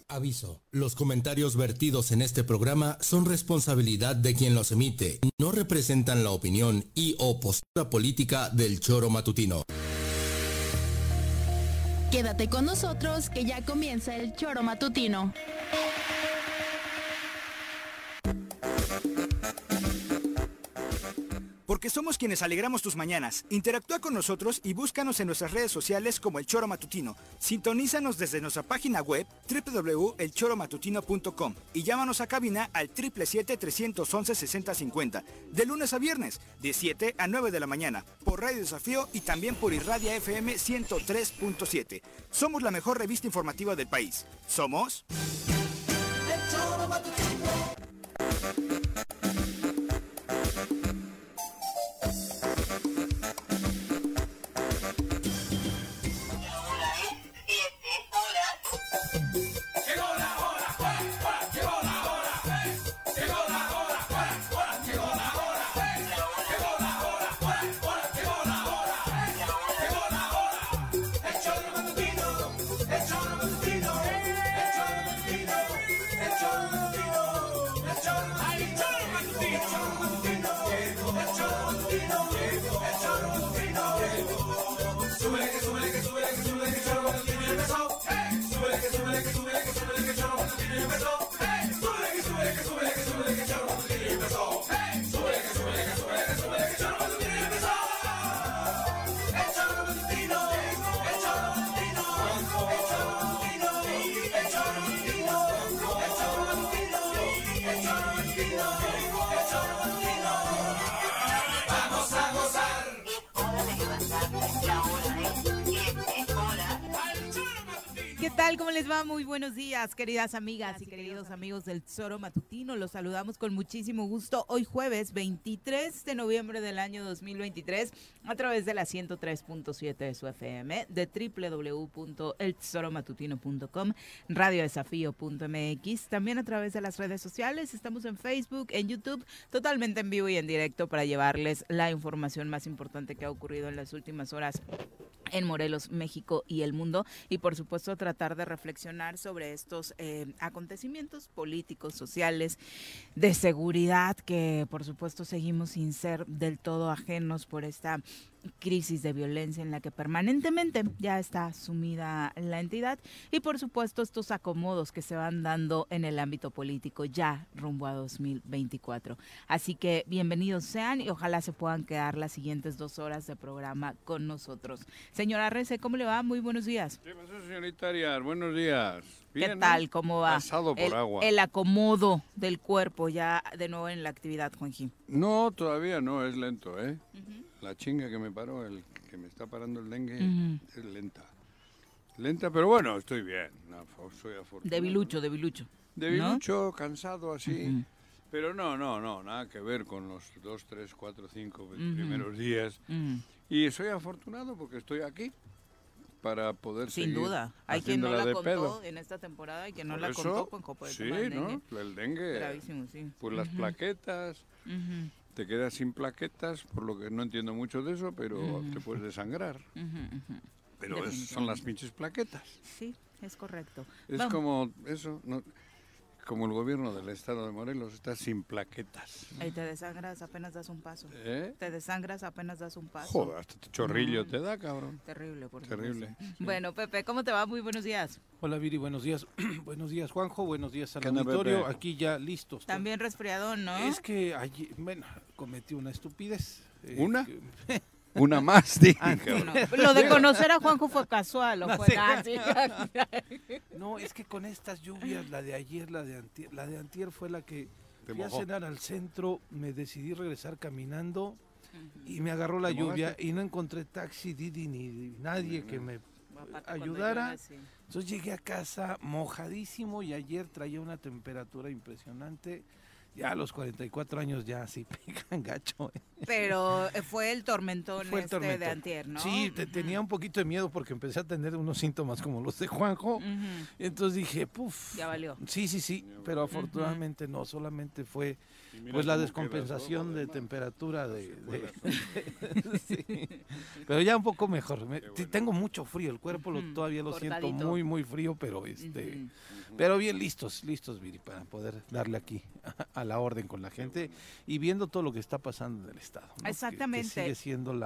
Aviso, los comentarios vertidos en este programa son responsabilidad de quien los emite, no representan la opinión y o postura política del Choro Matutino. Quédate con nosotros que ya comienza el Choro Matutino. Porque somos quienes alegramos tus mañanas. Interactúa con nosotros y búscanos en nuestras redes sociales como El Choro Matutino. Sintonízanos desde nuestra página web www.elchoromatutino.com y llámanos a cabina al 777-311-6050. De lunes a viernes, de 7 a 9 de la mañana, por Radio Desafío y también por Irradia FM 103.7. Somos la mejor revista informativa del país. Somos... El Choro Matutino. ¿Qué tal? ¿Cómo les va? Muy buenos días, queridas amigas y queridos amigos del Choro Matutino. Los saludamos con muchísimo gusto hoy jueves 23 de noviembre del año 2023 a través de la 103.7 de su FM, de www.elchoromatutino.com, radiodesafío.mx, también a través de las redes sociales. Estamos en Facebook, en YouTube, totalmente en vivo y en directo para llevarles la información más importante que ha ocurrido en las últimas horas en Morelos, México y el mundo, y por supuesto tratar de reflexionar sobre estos acontecimientos políticos, sociales, de seguridad, que por supuesto seguimos sin ser del todo ajenos por esta crisis de violencia en la que permanentemente ya está sumida la entidad, y por supuesto estos acomodos que se van dando en el ámbito político ya rumbo a 2024. Así que bienvenidos sean y ojalá se puedan quedar las siguientes 2 horas de programa con nosotros. Señora Rece, ¿cómo le va? Muy buenos días. ¿Qué pasó, señorita Arias? Buenos días. Bien, ¿qué tal? ¿Cómo va? Pasado por agua. El acomodo del cuerpo ya de nuevo en la actividad, Juanji. No, todavía no, es lento, ¿eh? La chinga que me paró, el que me está parando el dengue, es lenta. Lenta, pero bueno, estoy bien. No, soy afortunado. Debilucho. Debilucho, ¿no? Cansado así. Pero no, nada que ver con los 2, 3, 4, 5 primeros días. Y soy afortunado porque estoy aquí para poder Sin seguir. Sin duda. Hay quien no la contó pedo en esta temporada y quien no por la eso, contó con copo de sí, tema del ¿no? dengue. El dengue. Gravísimo, sí. Por las plaquetas. Te quedas sin plaquetas, por lo que no entiendo mucho de eso, pero te puedes desangrar. Pero son las pinches plaquetas. Sí, es correcto. Es como eso, no, como el gobierno del estado de Morelos está sin plaquetas. Y te desangras apenas das un paso. Te desangras apenas das un paso. Joder, hasta chorrillo te da, cabrón. Terrible, por Terrible. Sí. Bueno, Pepe, ¿cómo te va? Muy buenos días. Hola, Viri, buenos días. Buenos días, Juanjo. Buenos días al onda, auditorio. Pepe? Aquí ya listos. También resfriadón, ¿no? Es que allí, bueno, cometí una estupidez. ¿Una? Una más, dije. Lo de conocer a Juanjo fue casual, ¿o fue así? No, es que con estas lluvias, la de ayer, la de antier fue la que fui a cenar al centro, me decidí regresar caminando y me agarró la lluvia y no encontré taxi, Didi ni nadie que me ayudara. Entonces llegué a casa mojadísimo y ayer traía una temperatura impresionante. Ya a los 44 años ya sí pegan gacho. Pero fue el tormentón de antier, ¿no? Sí, tenía un poquito de miedo porque empecé a tener unos síntomas como los de Juanjo. Entonces dije, puf. Ya valió. Sí, pero afortunadamente no, solamente fue pues la descompensación de temperatura sí. Pero ya un poco mejor. Tengo mucho frío, el cuerpo todavía lo siento muy, muy frío, pero pero bien listos, Viri, para poder darle aquí a la orden con la gente y viendo todo lo que está pasando en el estado, ¿no? Exactamente. Que sigue siendo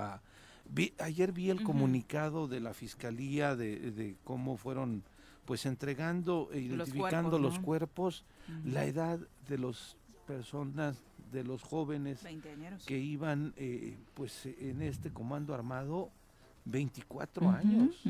ayer vi el comunicado de la fiscalía de cómo fueron pues entregando e identificando los cuerpos, la edad de las personas, de los jóvenes que iban pues en este comando armado, 24 años,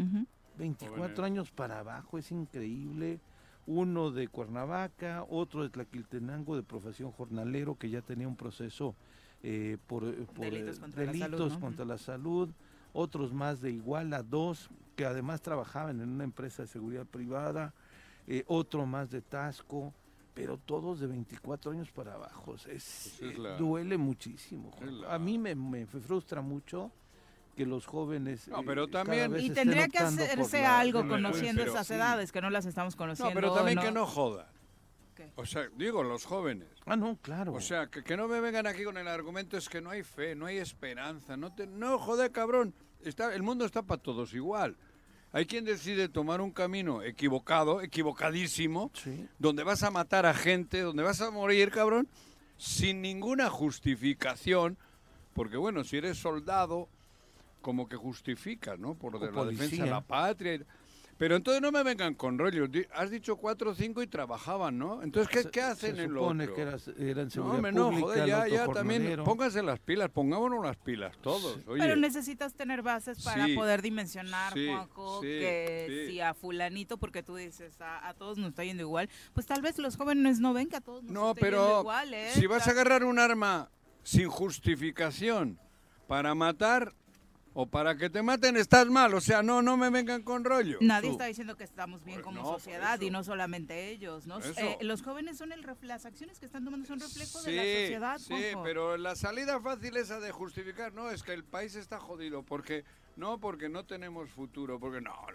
24 años para abajo, es increíble. Uno de Cuernavaca, otro de Tlaquiltenango de profesión jornalero que ya tenía un proceso por delitos contra la salud, otros más de Iguala, 2 que además trabajaban en una empresa de seguridad privada, otro más de Tasco, pero todos de 24 años para abajo. Duele muchísimo. A mí me frustra mucho que los jóvenes pero también y tendría que hacerse algo conociendo esas edades que no las estamos conociendo. Pero también que no jodan. O sea, digo, los jóvenes. No, claro. O sea, que no me vengan aquí con el argumento es que no hay fe, no hay esperanza. No, joder, cabrón. El mundo está para todos igual. Hay quien decide tomar un camino equivocadísimo, donde vas a matar a gente, donde vas a morir, cabrón, sin ninguna justificación. Porque, bueno, si eres soldado, como que justificas, ¿no? Por la defensa de la patria. Pero entonces no me vengan con rollos. Has dicho 4 o 5 y trabajaban, ¿no? Entonces, ¿qué hacen en lo otro? Se supone que eran seguridad no, pública, joder, ya también, pónganse las pilas, pongámonos las pilas todos. Oye. Pero necesitas tener bases para poder dimensionar, Juanjo, si a fulanito, porque tú dices, a todos nos está yendo igual, pues tal vez los jóvenes no ven que a todos nos está yendo igual, ¿eh? Si vas a agarrar un arma sin justificación para matar o para que te maten, estás mal. O sea, no me vengan con rollo. Nadie está diciendo que estamos bien como sociedad y no solamente ellos, ¿no? Los jóvenes son las acciones que están tomando son reflejo de la sociedad. Sí, pero la salida fácil esa de justificar, no, es que el país está jodido porque no tenemos futuro, porque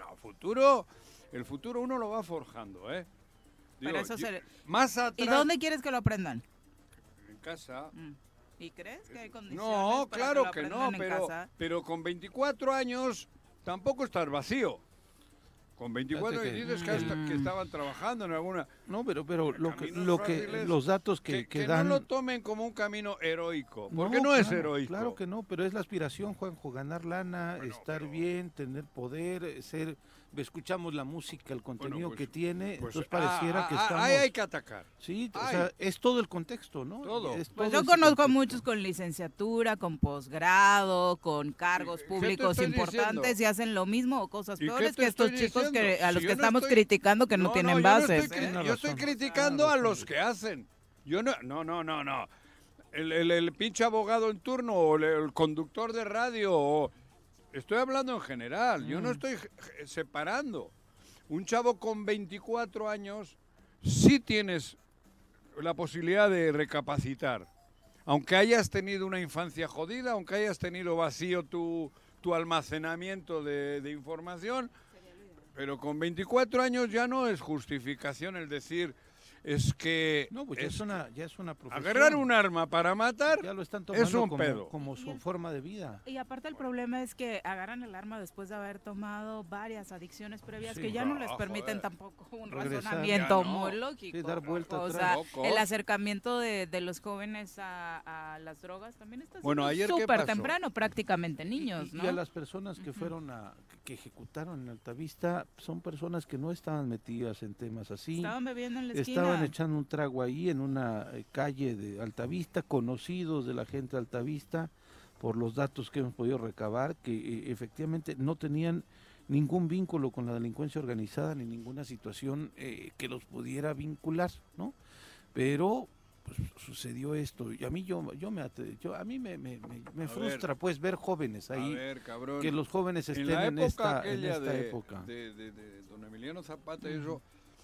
el futuro uno lo va forjando, ¿eh? Digo, pero eso más atrás. ¿Y dónde quieres que lo aprendan? En casa. ¿Y crees que hay condiciones? No, para claro que no, pero con 24 años tampoco estás vacío. Con 24 años dices que estaban trabajando en alguna... No, pero los datos que dan... no lo tomen como un camino heroico, porque no es heroico. Claro que no, pero es la aspiración, Juanjo, ganar lana, estar bien, tener poder, ser... Escuchamos la música, el contenido que tiene, entonces pareciera que estamos... Ahí hay que atacar. Sí, o sea, es todo el contexto, ¿no? Todo. Pues yo conozco a muchos con licenciatura, con posgrado, con cargos públicos importantes y hacen lo mismo o cosas peores que estos chicos a los que estamos criticando que no tienen bases. Yo estoy criticando a los que hacen. Yo no. El pinche abogado en turno o el conductor de radio estoy hablando en general, yo no estoy separando. Un chavo con 24 años sí tienes la posibilidad de recapacitar. Aunque hayas tenido una infancia jodida, aunque hayas tenido vacío tu almacenamiento de información, pero con 24 años ya no es justificación el decir... Es que no, pues ya es una profesión. Agarrar un arma para matar ya lo están tomando es un pedo. Como su forma de vida. Y aparte el problema es que agarran el arma después de haber tomado varias adicciones previas que ya no les permiten tampoco un razonamiento muy lógico. Sí, dar vuelta atrás. O sea, el acercamiento de los jóvenes a las drogas también está siendo súper temprano, prácticamente niños, ¿no? Y a las personas que fueron que ejecutaron en Altavista son personas que no estaban metidas en temas así. Estaban bebiendo en la esquina. Echando un trago ahí en una calle de Altavista, conocidos de la gente de Altavista, por los datos que hemos podido recabar, que efectivamente no tenían ningún vínculo con la delincuencia organizada ni ninguna situación que los pudiera vincular, ¿no? Pero pues, sucedió esto y a mí a mí me frustra pues ver jóvenes ahí, cabrón, que los jóvenes estén en esta época de don Emiliano Zapata y eso.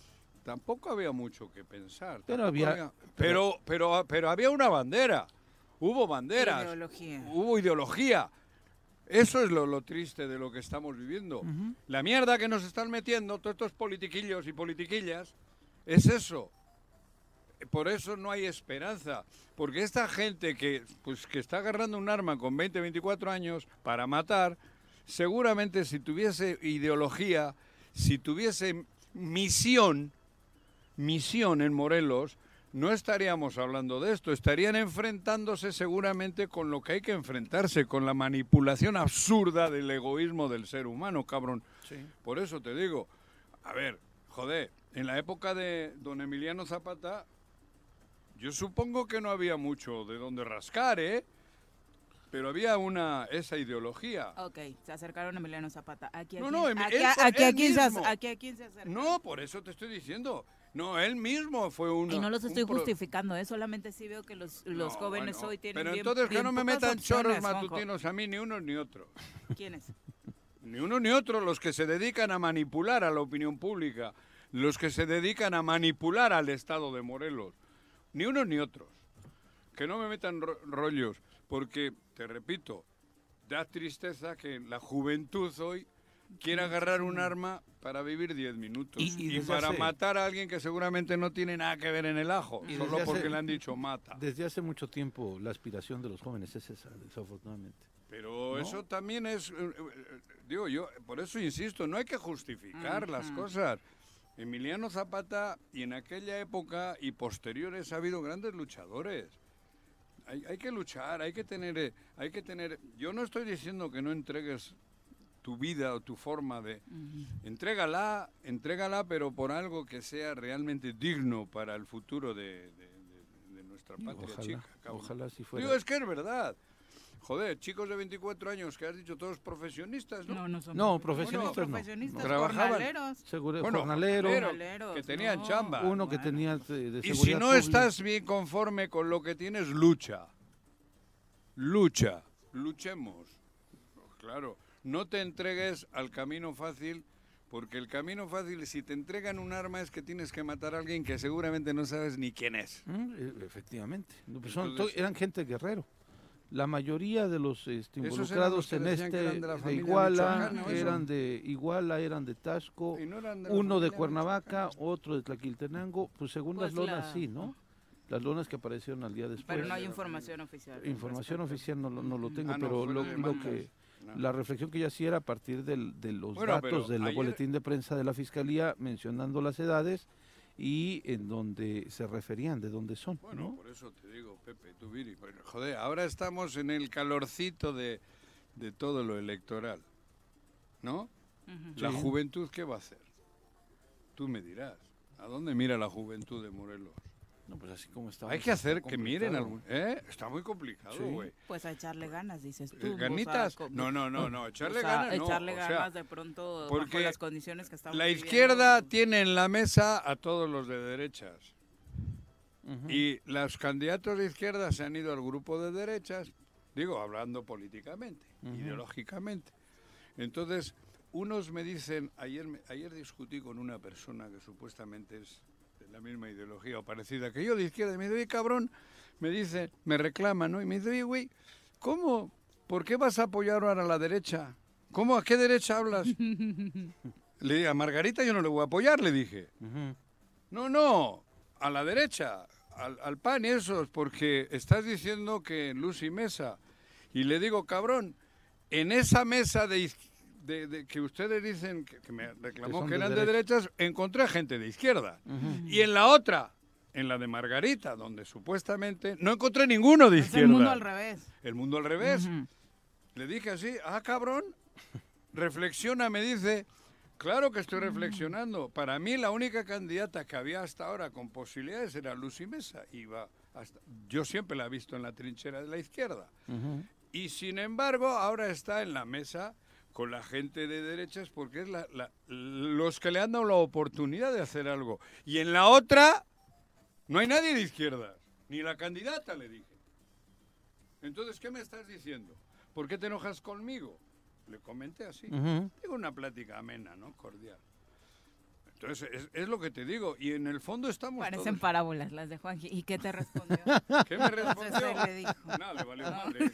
tampoco había mucho que pensar. Pero había una bandera. Hubo banderas. Hubo ideología. Eso es lo triste de lo que estamos viviendo. La mierda que nos están metiendo todos estos politiquillos y politiquillas es eso. Por eso no hay esperanza. Porque esta gente que está agarrando un arma con 20, 24 años para matar, seguramente si tuviese ideología, si tuviese misión en Morelos, no estaríamos hablando de esto. Estarían enfrentándose seguramente con lo que hay que enfrentarse, con la manipulación absurda del egoísmo del ser humano, cabrón. Sí. Por eso te digo, a ver, joder, en la época de don Emiliano Zapata, yo supongo que no había mucho de dónde rascar, ¿eh? Pero había esa ideología. Ok, se acercaron a Emiliano Zapata. ¿A quién se acerca? No, por eso te estoy diciendo. No, él mismo fue uno. Y no los estoy justificando, solamente sí veo que los jóvenes hoy tienen pero entonces que no me metan chorros matutinos a mí, ni unos ni otros. ¿Quiénes? Ni uno ni otro, los que se dedican a manipular a la opinión pública, los que se dedican a manipular al Estado de Morelos. Ni unos ni otros. Que no me metan rollos, porque, te repito, da tristeza que la juventud hoy quiera agarrar un arma para vivir 10 minutos y para matar a alguien que seguramente no tiene nada que ver en el ajo, solo porque le han dicho mata. Desde hace mucho tiempo la aspiración de los jóvenes es esa, desafortunadamente. Pero ¿no? Eso también es, digo yo, por eso insisto, no hay que justificar las cosas. Emiliano Zapata y en aquella época y posteriores ha habido grandes luchadores. Hay que luchar, hay que tener. Yo no estoy diciendo que no entregues tu vida o tu forma de... Entrégala, pero por algo que sea realmente digno para el futuro de nuestra patria chica. Ojalá si fuera. Digo, es que es verdad. Joder, chicos de 24 años que has dicho todos profesionistas, ¿no? No, profesionistas no. Trabajaban. Jornaleros, que tenían chamba. Uno que tenía de seguridad. Y si no estás bien conforme con lo que tienes, luchemos. Claro, no te entregues al camino fácil, porque el camino fácil, si te entregan un arma, es que tienes que matar a alguien que seguramente no sabes ni quién es. Efectivamente. Eran gente guerrero. La mayoría de los involucrados en de Iguala eran de Iguala, eran de Tasco, uno de Cuernavaca, otro de Tlaquiltenango, pues según las lonas sí, ¿no? Las lonas que aparecieron al día después. Pero no hay información oficial. Información oficial no lo tengo, pero la reflexión que yo hacía era a partir de los datos del boletín de prensa de la Fiscalía mencionando las edades y en donde se referían, de dónde son. Bueno, ¿no? Por eso te digo, Pepe, tú Viri, joder, ahora estamos en el calorcito de todo lo electoral, ¿no? La juventud, ¿qué va a hacer? Tú me dirás, ¿a dónde mira la juventud de Morelos? No, pues así como está. Hay que hacer que miren algún... Está muy complicado, güey. Pues a echarle ganas, dices tú. ¿Ganitas? No, echarle ganas no. Echarle ganas de pronto bajo las condiciones que estamos viviendo. La izquierda tiene en la mesa a todos los de derechas. Y los candidatos de izquierda se han ido al grupo de derechas, digo, hablando políticamente, ideológicamente. Entonces, unos me dicen, ayer discutí con una persona que supuestamente es la misma ideología o parecida que yo de izquierda, y me dice, oye, cabrón, me reclama, ¿no? Y me dice, oye, güey, ¿cómo? ¿Por qué vas a apoyar ahora a la derecha? ¿Cómo? ¿A qué derecha hablas? Le dije, a Margarita yo no le voy a apoyar, le dije. No, a la derecha, al PAN y esos, porque estás diciendo que Luz y Mesa. Y le digo, cabrón, en esa mesa que ustedes dicen que me reclamó que eran de derechas, encontré gente de izquierda. Y en la otra, en la de Margarita, donde supuestamente no encontré ninguno de izquierda. El mundo al revés. El mundo al revés. Le dije así, cabrón, reflexiona, me dice. Claro que estoy reflexionando. Para mí la única candidata que había hasta ahora con posibilidades era Lucy Mesa. Yo siempre la he visto en la trinchera de la izquierda. Y sin embargo, ahora está en la mesa con la gente de derechas porque es los que le han dado la oportunidad de hacer algo. Y en la otra no hay nadie de izquierda, ni la candidata, le dije. Entonces, ¿qué me estás diciendo? ¿Por qué te enojas conmigo? Le comenté así. Digo, una plática amena, ¿no? Cordial. Entonces, es lo que te digo, y en el fondo estamos Parecen todos... parábolas las de Juanji. ¿Y qué te respondió? ¿Qué me respondió? Entonces le dijo. No, le valió madre.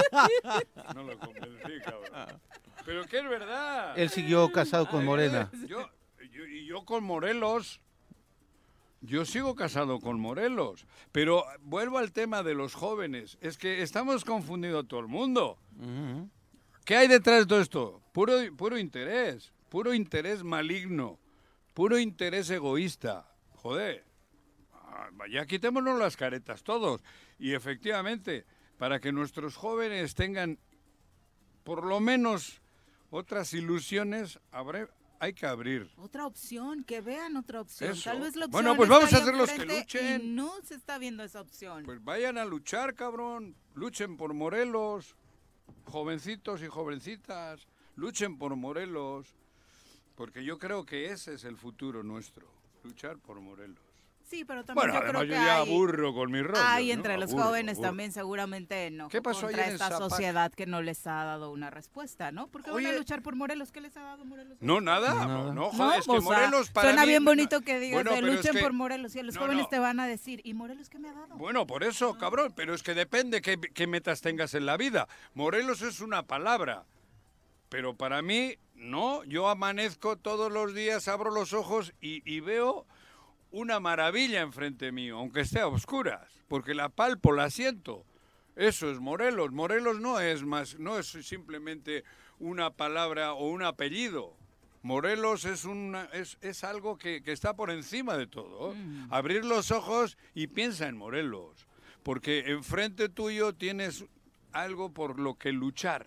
No lo convencí, cabrón. Pero que es verdad. Él siguió casado con Morena. Yo con Morelos, yo sigo casado con Morelos, pero vuelvo al tema de los jóvenes. Es que estamos confundiendo a todo el mundo. ¿Qué hay detrás de todo esto? Puro interés maligno. Puro interés egoísta. Joder, ya quitémonos las caretas todos. Y efectivamente, para que nuestros jóvenes tengan por lo menos otras ilusiones, hay que abrir. Otra opción, que vean otra opción. Eso. Tal vez la opción Bueno, pues vamos a está ahí hacer los que enfrente luchen. y no se está viendo esa opción. Pues vayan a luchar, cabrón. Luchen por Morelos. Jovencitos y jovencitas, luchen por Morelos. Porque yo creo que ese es el futuro nuestro, luchar por Morelos. Sí, pero también Bueno, yo además creo yo que ya hay, aburro con mis rollos, hay ¿no? entre los Aburro, jóvenes aburro. también seguramente enojo ¿Qué pasó contra ayer en esta Zapac? sociedad que no les ha dado una respuesta, ¿no? Porque van a Oye. luchar por Morelos. ¿Qué les ha dado Morelos? No, nada, Nada. no, joder, es que o sea, Morelos para suena mí... bien bonito que digas Bueno, de pero es luchen que- por Morelos y los No, jóvenes no. te van a decir, ¿y Morelos qué me ha dado? Bueno, por eso, cabrón, pero es que depende qué metas tengas en la vida. Morelos es una palabra, pero para mí, no, yo amanezco todos los días, abro los ojos y veo una maravilla enfrente mío, aunque esté a oscuras, porque la palpo, la siento. Eso es Morelos. Morelos no es simplemente una palabra o un apellido. Morelos es algo que está por encima de todo. Abrir los ojos y piensa en Morelos, porque enfrente tuyo tienes algo por lo que luchar.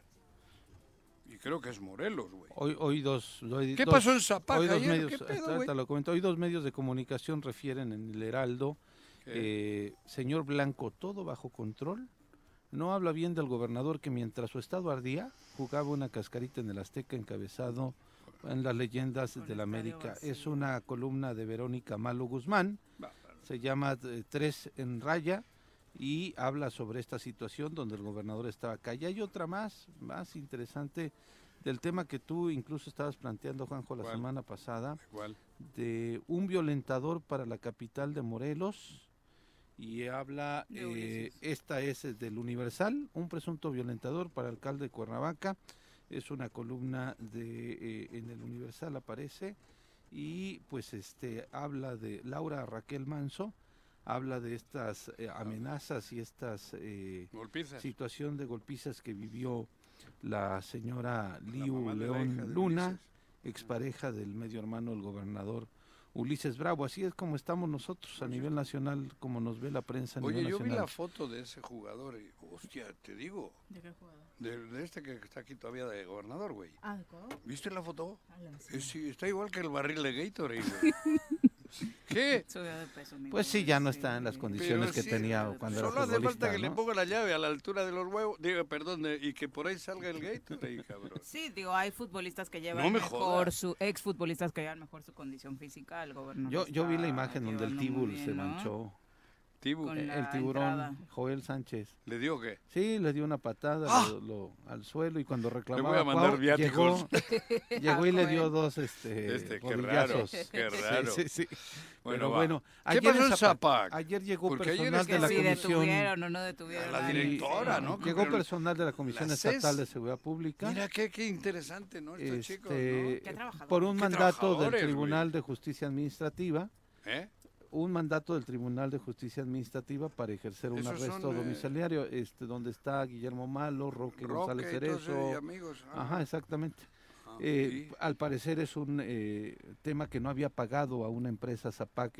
Y creo que es Morelos, güey. ¿Qué pasó en Zapac hoy dos ayer? medios, ¿Qué pedo, ahorita güey? lo comento, hoy 2 medios de comunicación refieren en el Heraldo, señor Blanco, todo bajo control. No habla bien del gobernador que mientras su estado ardía, jugaba una cascarita en el Azteca encabezado en las leyendas de la América. Es una columna de Verónica Malo Guzmán, se llama 3 en raya, y habla sobre esta situación donde el gobernador estaba acá. Y hay otra más interesante del tema que tú incluso estabas planteando, Juanjo, la semana pasada, de un violentador para la capital de Morelos, y habla, esta es del Universal, un presunto violentador para el alcalde de Cuernavaca. Es una columna en el Universal, aparece, y pues habla de Laura Raquel Manso, habla de estas amenazas y estas situación de golpizas que vivió la señora Liu León Luna, expareja del medio hermano del gobernador Ulises Bravo. Así es como estamos nosotros a nivel nacional, como nos ve la prensa a nivel Oye, yo nacional. vi la foto de ese jugador y, hostia, te digo. ¿De qué jugador? De este que está aquí todavía de gobernador, güey. Ah, ¿de Ecuador? ¿Viste la foto? Sí. Sí, está igual que el barril de Gatorade, güey. ¿Qué? Subió de peso, mi Pues sí, güey, ya no está en las condiciones Pero que sí, tenía cuando era Solo hace futbolista, falta que le ¿no? ponga la llave a la altura de los huevos, y que por ahí salga el Gatorade, cabrón. Sí, digo, hay futbolistas que llevan No me mejor jodas. exfutbolistas que llevan mejor su condición física. El gobernador Yo vi la está imagen donde el llevando muy Tibul bien, se ¿no? manchó. Tibu, Con la El tiburón, entrada. Joel Sánchez. ¿le dio qué? Sí, le dio una patada ¡Ah! al suelo, y cuando Le reclamaba voy a mandar Cuau, viáticos. llegó y le dio Joel. 2 Qué raro, rodillazos. qué raro. Sí. Bueno, Pero va. bueno, ¿Qué ayer pasó en Zapac? Ayer llegó Porque ayer personal es que de la Sí, comisión. detuvieron o no detuvieron. A la a directora, alguien. ¿no? Llegó Pero personal de la Comisión la Estatal CES. de Seguridad Pública. Mira qué interesante, ¿no? Estos chicos, ¿no? Qué trabajadores. Por un Qué mandato del trabajadores, Tribunal güey. de Justicia Administrativa. ¿Eh? Un mandato del Tribunal de Justicia Administrativa para ejercer un Esos arresto son, domiciliario, donde está Guillermo Malo, Roque González Roque y todos Cerezo. ellos, amigos. Ajá, exactamente. Sí. Al parecer es un tema que no había pagado a una empresa Zapac,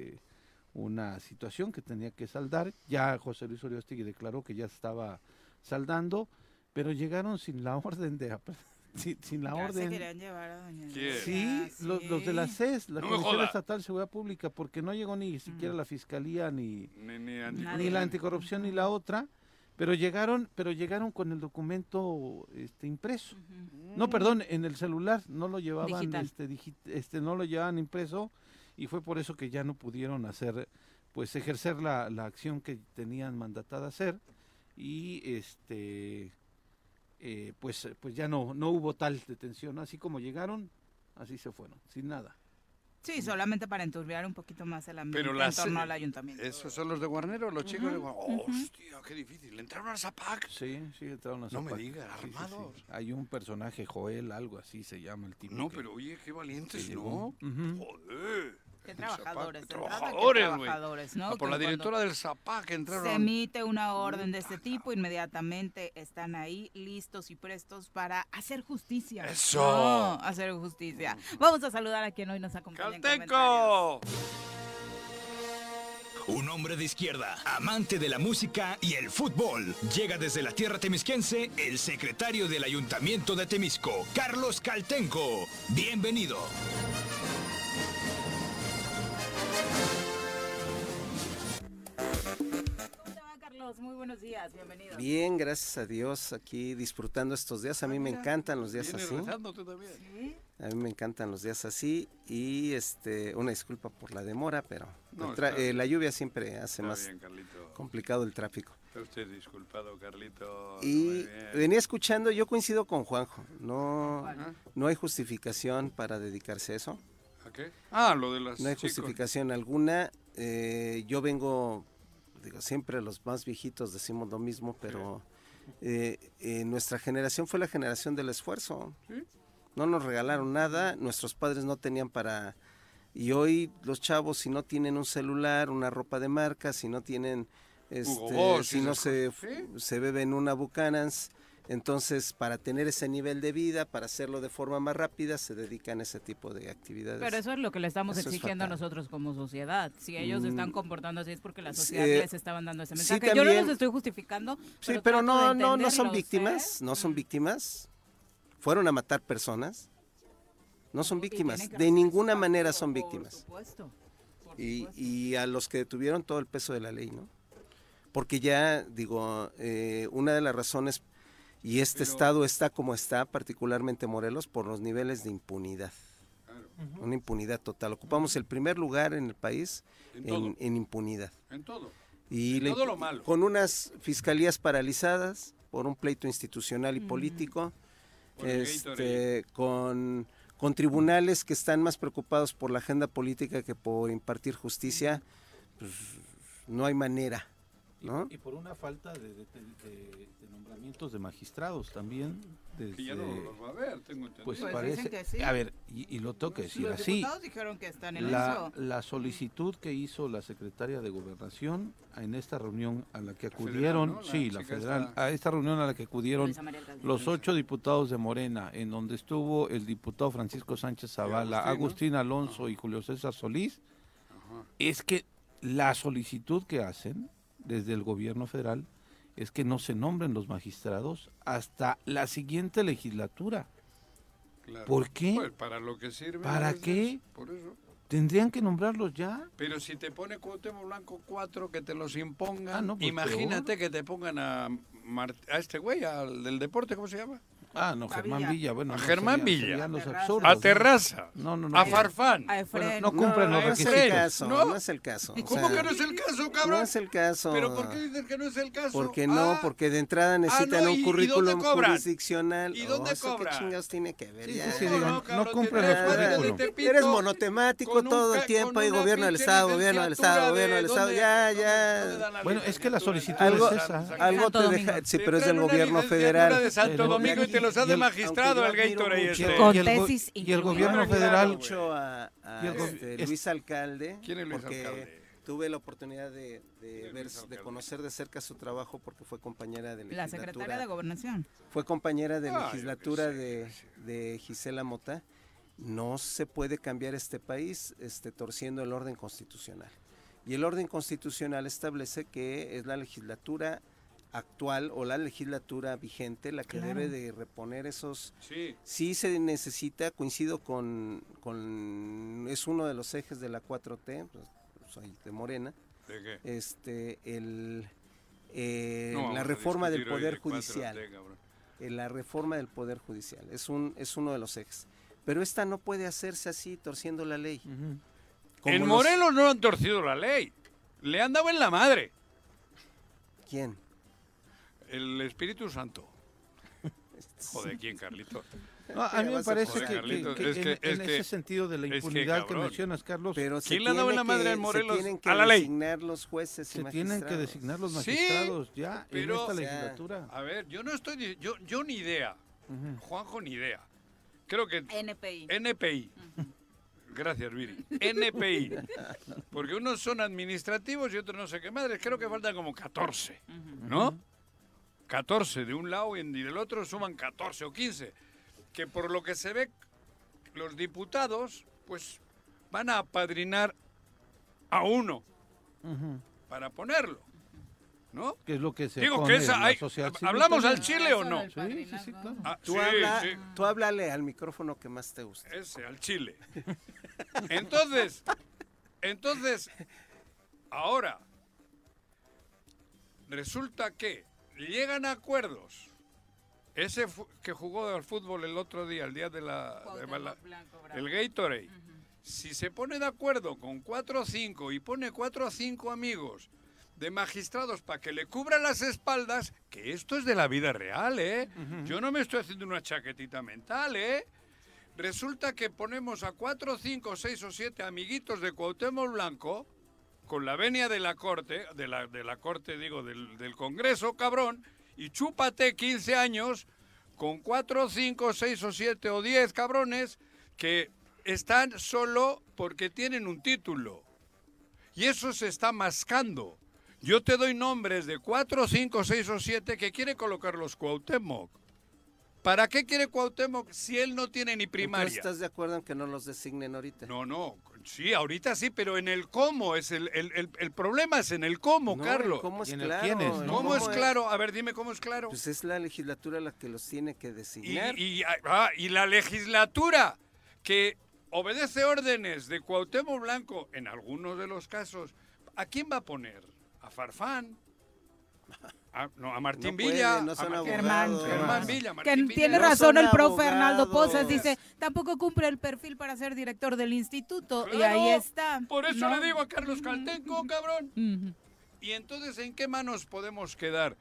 una situación que tenía que saldar. Ya José Luis Uriostegui declaró que ya estaba saldando, pero llegaron sin la orden de sin la Ya orden. se querían llevar a doña ¿Quién? Sí, Lucía, los de la CES, la No me Comisión joda. Estatal de Seguridad Pública, porque no llegó ni siquiera la Fiscalía ni Nadie. la anticorrupción ni la otra, pero llegaron con el documento impreso. No, perdón, en el celular, no lo llevaban Digital. no lo llevaban impreso, y fue por eso que ya no pudieron ejercer la acción que tenían mandatada hacer, y pues ya no hubo tal detención. Así como llegaron, así se fueron, sin nada. Sí, solamente para enturbiar un poquito más el ambiente en torno al ayuntamiento. ¿Esos son los de Guarnero, los chicos de Guarnero? ¡Hostia, qué difícil! ¿Entraron al Zapac? Sí, entraron al Zapac. No me digas, armados. Sí. Hay un personaje, Joel, algo así se llama el tipo. No, pero oye, qué valientes, ¿no? Joder. Qué trabajadores, trabajadores, ¿no? Por la directora del Zapac entraron. Se emite una orden de este tipo, inmediatamente están ahí listos y prestos para hacer justicia. ¡Eso! No, hacer justicia. Vamos a saludar a quien hoy nos acompaña. ¡Calteco! Un hombre de izquierda, amante de la música y el fútbol. Llega desde la tierra temisquense el secretario del Ayuntamiento de Temisco, Carlos Caltenco. Bienvenido. Muy buenos días, bienvenido. Bien, gracias a Dios, aquí disfrutando estos días. A mí me encantan los días así. ¿Tú también? ¿Sí? A mí me encantan los días así y una disculpa por la demora, pero la lluvia siempre hace más complicado el tráfico. Está usted disculpado, Carlito. Y venía escuchando, yo coincido con Juanjo, no hay justificación para dedicarse a eso. ¿A qué? Lo de las No hay justificación alguna. Yo vengo... siempre los más viejitos decimos lo mismo, pero nuestra generación fue la generación del esfuerzo. ¿Sí? No nos regalaron nada, nuestros padres no tenían para... Y hoy los chavos, si no tienen un celular, una ropa de marca, si no tienen... si no se beben una Buchanan's, entonces para tener ese nivel de vida, para hacerlo de forma más rápida, se dedican a ese tipo de actividades. Pero eso es lo que le estamos exigiendo a nosotros como sociedad. Si ellos se están comportando así es porque la sociedad les estaban dando ese mensaje. Sí, yo no los estoy justificando. Sí, pero no son víctimas, no son víctimas. Fueron a matar personas. No son víctimas, de ninguna manera son víctimas. Por supuesto. Y a los que detuvieron todo el peso de la ley, ¿no? Porque ya, una de las razones... Y estado está como está, particularmente Morelos, por los niveles de impunidad. Claro. Una impunidad total. Ocupamos el primer lugar en el país en impunidad. En todo. Y todo lo malo. Con unas fiscalías paralizadas por un pleito institucional y político, con tribunales que están más preocupados por la agenda política que por impartir justicia, pues no hay manera. ¿No? Y por una falta de nombramientos de magistrados también. Que ya no los va a haber, tengo entendido. Pues parece, que sí. A ver, y lo tengo que decir así. Los diputados dijeron que están en eso. La solicitud que hizo la secretaria de Gobernación en esta reunión a la que acudieron, la federal, a esta reunión a la que acudieron los 8 diputados de Morena, en donde estuvo el diputado Francisco Sánchez Zavala, Agustín Alonso y Julio César Solís, es que la solicitud que hacen desde el gobierno federal es que no se nombren los magistrados hasta la siguiente legislatura. Claro. ¿Por qué? Pues para lo que sirve. ¿Para qué? Por eso. Tendrían que nombrarlos ya. Pero si te pone Cuauhtémoc Blanco 4 que te los impongan, pues imagínate que te pongan a este güey, al del deporte, ¿cómo se llama? Germán Villa. Bueno, a Germán Villa. A Terraza. No. A Farfán. No cumplen los requisitos. No es el caso. ¿Cómo que no es el caso, cabrón? No es el caso. ¿Pero por qué dices que no es el caso? Porque de entrada necesitan un currículum jurisdiccional. ¿Y dónde cobran? ¿Qué chingados tiene que ver? No cumplen los currículums. Eres monotemático todo el tiempo. Hay gobierno del Estado, gobierno del Estado, gobierno del Estado. Ya. Bueno, es que la solicitud es esa. Algo te deja... Sí, pero es del gobierno federal. De Santo Domingo y te los ha de magistrado el Gatorade y el gobierno federal mucho a Luis Alcalde. ¿Quién es Luis porque Alcalde? Tuve la oportunidad de conocer de cerca su trabajo porque fue compañera de legislatura. La secretaria de Gobernación. Fue compañera de legislatura de Gisela Mota. No se puede cambiar este país torciendo el orden constitucional. Y el orden constitucional establece que es la legislatura actual o la legislatura vigente la que debe de reponer esos. Sí se necesita, coincido con es uno de los ejes de la 4T, pues, soy de Morena. ¿De qué? La reforma del Poder Judicial. La reforma del Poder Judicial es uno de los ejes. Pero esta no puede hacerse así, torciendo la ley. En Morelos no han torcido la ley, le han dado en la madre. ¿Quién? El Espíritu Santo. Joder, ¿quién, Carlito? No, a mí me parece que en ese sentido de la impunidad que mencionas, Carlos, pero ¿quién le ha dado en la madre en Morelos a la ley? Designar los jueces y se tienen que designar los Sí, magistrados ya pero, en esta legislatura. A ver, yo no estoy, yo ni idea, Juanjo ni idea. Creo que NPI. Gracias, Viri. NPI. Porque unos son administrativos y otros no sé qué madres. Creo que faltan como 14, ¿no? 14 de un lado y del otro suman 14 o 15. Que por lo que se ve, los diputados, pues, van a apadrinar a uno para ponerlo, ¿no? Que es lo que se digo pone que en la sociedad civil ¿hablamos también. al chile o no? Sí, claro. Ah, Tú háblale al micrófono que más te guste. Ese, al chile. Entonces, ahora, resulta que llegan a acuerdos. Ese que jugó al fútbol el otro día, el día el Gatorade, si se pone de acuerdo con 4 o 5 y pone 4 o 5 amigos de magistrados para que le cubran las espaldas, que esto es de la vida real, ¿eh? Yo no me estoy haciendo una chaquetita mental, ¿eh? Resulta que ponemos a 4, 5, 6 o 7 amiguitos de Cuauhtémoc Blanco, con la venia de la corte, del Congreso, cabrón, y chúpate 15 años con 4, 5, 6 o 7 o 10 cabrones que están solo porque tienen un título. Y eso se está mascando. Yo te doy nombres de 4, 5, 6 o 7 que quiere colocarlos Cuauhtémoc. ¿Para qué quiere Cuauhtémoc si él no tiene ni primaria? ¿Entonces estás de acuerdo en que no los designen ahorita? No, sí, ahorita sí, pero en el cómo, el problema es en el cómo, no, Carlos. El cómo es ¿Y en el claro. quiénes, no? ¿Cómo es claro? A ver, dime cómo es claro. Pues es la legislatura la que los tiene que designar. Y la legislatura que obedece órdenes de Cuauhtémoc Blanco, en algunos de los casos, ¿a quién va a poner? ¿A Farfán? A Martín Villa, no son a abogados. Germán Villa, Que Martín Villa. tiene No razón son el profe Arnaldo abogados. Pozas, dice, tampoco cumple el perfil para ser director del instituto, y Claro, ahí está. Por eso ¿no? le digo a Carlos Caltenco, cabrón. Ujú. Y entonces, ¿en qué manos podemos quedar?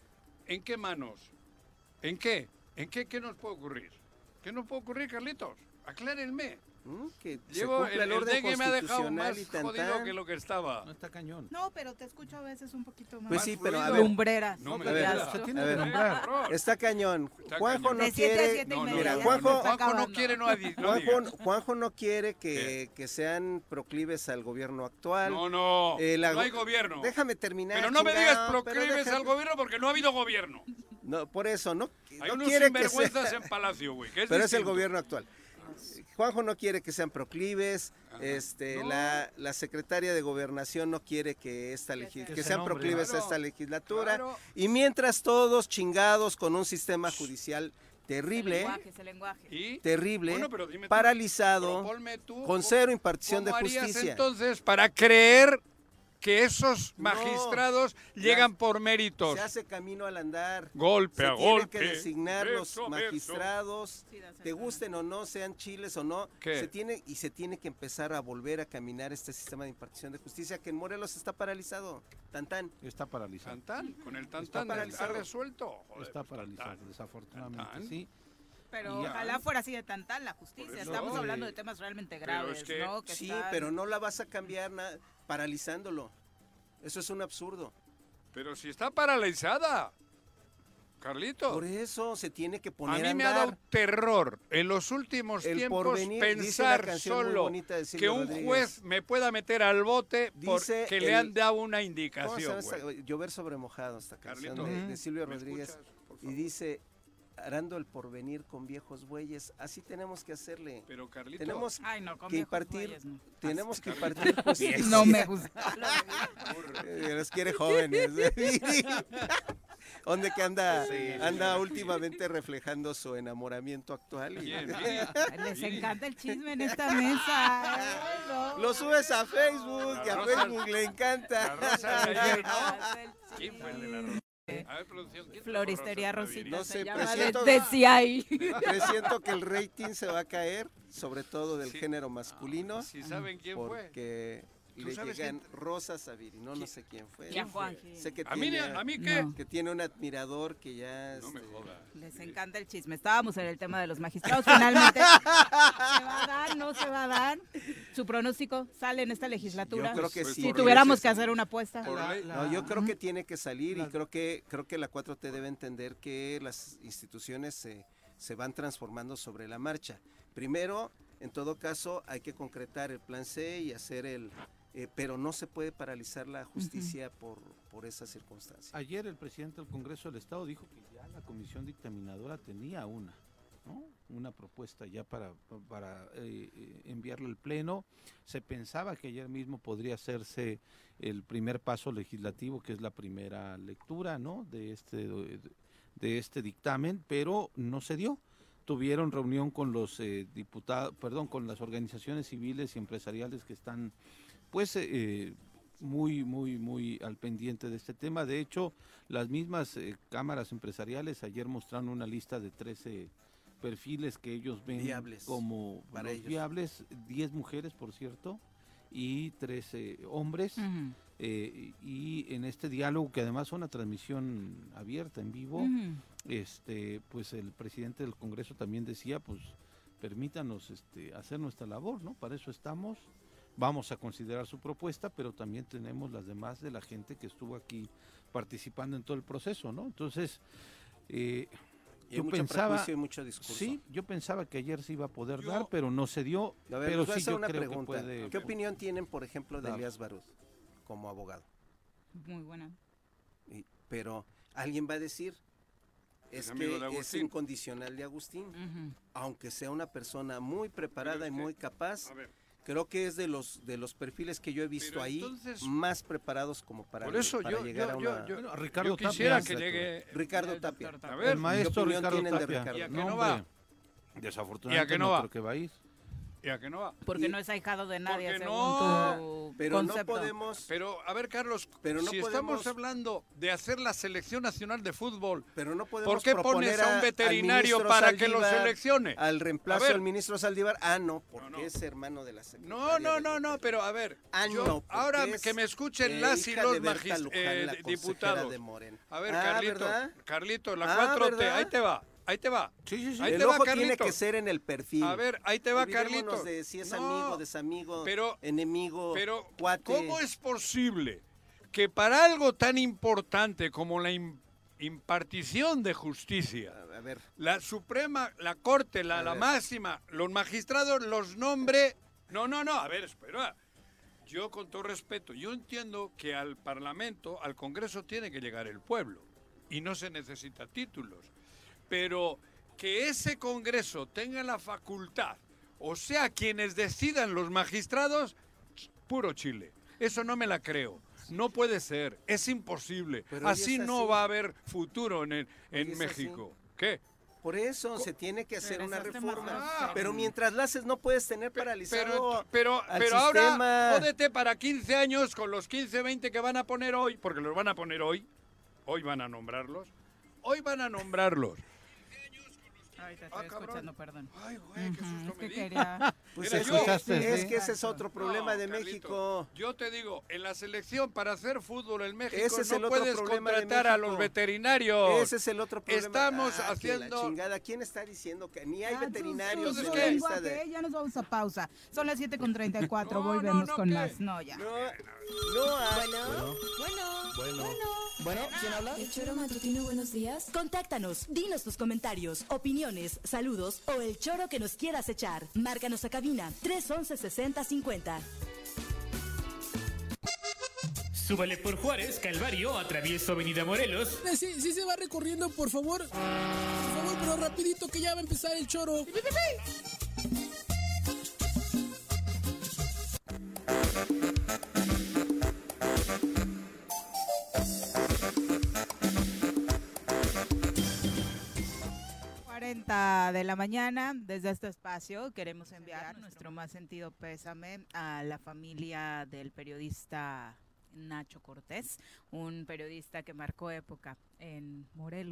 ¿En qué manos? ¿En qué? ¿Qué nos puede ocurrir? ¿Qué nos puede ocurrir, Carlitos? Aclárenme. Que se Llevo cumpla el orden dengue me ha dejado constitucional más y tan, jodido tan. que lo que estaba. No está cañón. No, pero te escucho a veces un poquito más. Pues sí, pero a fluido. ver, Lumbreras. No me A ver, digas. Se tiene a que ver. nombrar. está cañón. Está Juanjo cañón. no De 7 a quiere... 7 y No, media. mira, ya Juanjo- se está Juanjo no acabando. quiere, no digas. Juanjo no quiere que sean proclives al gobierno actual. No, no hay gobierno. Déjame terminar. Pero no me digas chingado, proclives pero al gobierno porque no ha habido gobierno. No, por eso, no Hay unos quiere que sinvergüenzas sea... en Palacio, güey. que Pero es el distinto. gobierno actual. Juanjo no quiere que sean proclives, No. la secretaria de Gobernación no quiere que se sean nombre. proclives a Claro, esta legislatura, claro. y mientras todos chingados con un sistema judicial terrible, Ese lenguaje. ¿Y? terrible, Bueno, pero dime tú, paralizado, proponme tú, con ¿cómo- cero impartición de ¿Cómo harías justicia. entonces para creer que esos No, magistrados llegan por méritos? Se hace camino al andar. Golpe Se a tiene golpe. que designar los beso, magistrados, Sí, das te el gusten o no, sean chiles o no, ¿Qué? se tiene que empezar a volver a caminar este sistema de impartición de justicia que en Morelos está paralizado. Tan tan. Está paralizado. Tantán, con el Está tantán está paralizado. resuelto. Joder, Está pues, paralizado, tantán. desafortunadamente, Tantán. sí. Pero Y- ojalá fuera así de tan la justicia. Por eso. Estamos hablando de temas realmente Pero graves, es que- ¿no? Que Sí, están- pero no la vas a cambiar paralizándolo. Eso es un absurdo. Pero si está paralizada, Carlito. Por eso se tiene que A poner mí me ha dado terror en los últimos El tiempos porvenir, dice la pensar canción muy solo bonita de que Silvio un Rodríguez. juez me pueda meter al bote Dice porque le el- han dado una ¿Cómo se indicación, llama güey. esta? Llover sobre mojado, esta canción Carlito, de Silvio ¿me Rodríguez. escuchas, por Y favor? dice, arando el porvenir con viejos bueyes, así tenemos que hacerle. Pero Carlito, Tenemos Ay, no, con que viejos impartir, bueyes, no. tenemos que impartir justicia. No me gusta. Los quiere jóvenes. ¿Dónde que anda últimamente reflejando su enamoramiento actual? bien, Les encanta el chisme en esta mesa. Ay, no. Lo subes a Facebook, La que a Rosa- Facebook le encanta. la Rosa de ayer, ¿no? Hace el ¿Quién fue el de la chisme. Rosa? A ver, producción, ¿quién fue Floristería Rosa Rosita No se sé, llama, presiento- decía ahí. Presiento que el rating se va a caer, sobre todo del Sí. género masculino, Si saben quién fue. porque y le llegan rosas a Viri, no sé quién fue. ¿Quién fue? Sé que ¿A mí qué? Que tiene un admirador que ya... No me jodas. Les encanta el chisme. Estábamos en el tema de los magistrados. Finalmente, ¿se va a dar? ¿No se va a dar? ¿Su pronóstico sale en esta legislatura? Yo creo que sí. Si tuviéramos que hacer una apuesta. No, yo creo que tiene que salir y creo que la 4T debe entender que las instituciones se van transformando sobre la marcha. Primero, en todo caso, hay que concretar el plan C y hacer pero no se puede paralizar la justicia por esas circunstancias. Ayer el presidente del Congreso del Estado dijo que ya la comisión dictaminadora tenía una propuesta ya para enviarla al Pleno. Se pensaba que ayer mismo podría hacerse el primer paso legislativo, que es la primera lectura, ¿no?, de este dictamen, pero no se dio. Tuvieron reunión con los con las organizaciones civiles y empresariales que están pues muy al pendiente de este tema. De hecho, las mismas cámaras empresariales ayer mostraron una lista de 13 perfiles que ellos ven viables, como para ellos. Viables, 10 mujeres, por cierto, y 13 hombres. Y en este diálogo, que además es una transmisión abierta, en vivo, pues el presidente del Congreso también decía, pues permítanos hacer nuestra labor, ¿no? Para eso estamos. Vamos a considerar su propuesta, pero también tenemos las demás de la gente que estuvo aquí participando en todo el proceso, ¿no? Entonces, yo pensaba, y mucho discurso. Sí, yo pensaba que ayer se iba a poder dar, pero no se dio. A ver, pero sí, yo creo pregunta. Que puede. ¿Qué opinión tienen, por ejemplo, de Elías Barud como abogado? Muy buena. Pero alguien va a decir, es que es incondicional de Agustín, aunque sea una persona muy preparada y muy capaz. Creo que es de los perfiles que yo he visto ahí, más preparados como para, llegar a una... Ricardo quisiera Tapia, que llegue... Ricardo Tapia. A ver, el maestro Ricardo Tapia. ¿Y a qué no va? Desafortunadamente no creo que va a ir. ¿Y a qué no va? Porque no es ahijado de nadie, según tu pero concepto. No podemos... Pero, a ver, Carlos, si estamos hablando de hacer la selección nacional de fútbol, pero no podemos, ¿por qué pones a un veterinario para Saldívar, que lo seleccione? Al reemplazo del ministro Saldívar, porque es hermano de la secretaria. No, pero a ver, ahora que me escuchen las y los diputados. A ver, Carlito, la 4T, ahí te va. Sí. El ojo tiene que ser en el perfil. A ver, ahí te va, Carlito. De si es amigo, desamigo, enemigo, cuate. ¿Cómo es posible que para algo tan importante como la impartición de justicia, la Suprema, la Corte, la máxima, los magistrados los nombre... No, a ver, espera. Yo, con todo respeto, yo entiendo que al Parlamento, al Congreso, tiene que llegar el pueblo y no se necesita títulos. Pero que ese Congreso tenga la facultad, o sea, quienes decidan los magistrados, puro Chile. Eso no me la creo. No puede ser. Es imposible. Así no va a haber futuro en México. ¿Qué? Por eso se tiene que hacer una reforma. Pero mientras la haces no puedes tener paralizado pero al ahora, sistema. Jódete para 15 años con los 15, 20 que van a poner hoy, porque los van a poner hoy. Hoy van a nombrarlos. Ay, te estoy escuchando, perdón. Ay, güey, qué susto me di. Pues es que ese es otro problema de México. Yo te digo, en la selección para hacer fútbol en México no puedes contratar a los veterinarios. Ese es el otro problema. Estamos haciendo... La chingada. ¿Quién está diciendo que ni hay veterinarios? Ya nos vamos a pausa. Son las 7:34, volvemos con más. Bueno, ¿quién habla? El Choro Matutino, buenos días. Contáctanos, dinos tus comentarios, opiniones, saludos o el choro que nos quieras echar. Márcanos a cabina 311-6050. Súbale por Juárez, Calvario, atravieso Avenida Morelos. Sí se va recorriendo, por favor. Por favor, pero rapidito que ya va a empezar el choro. De la mañana, desde este espacio queremos enviar nuestro más sentido pésame a la familia del periodista Nacho Cortés, un periodista que marcó época en Morelos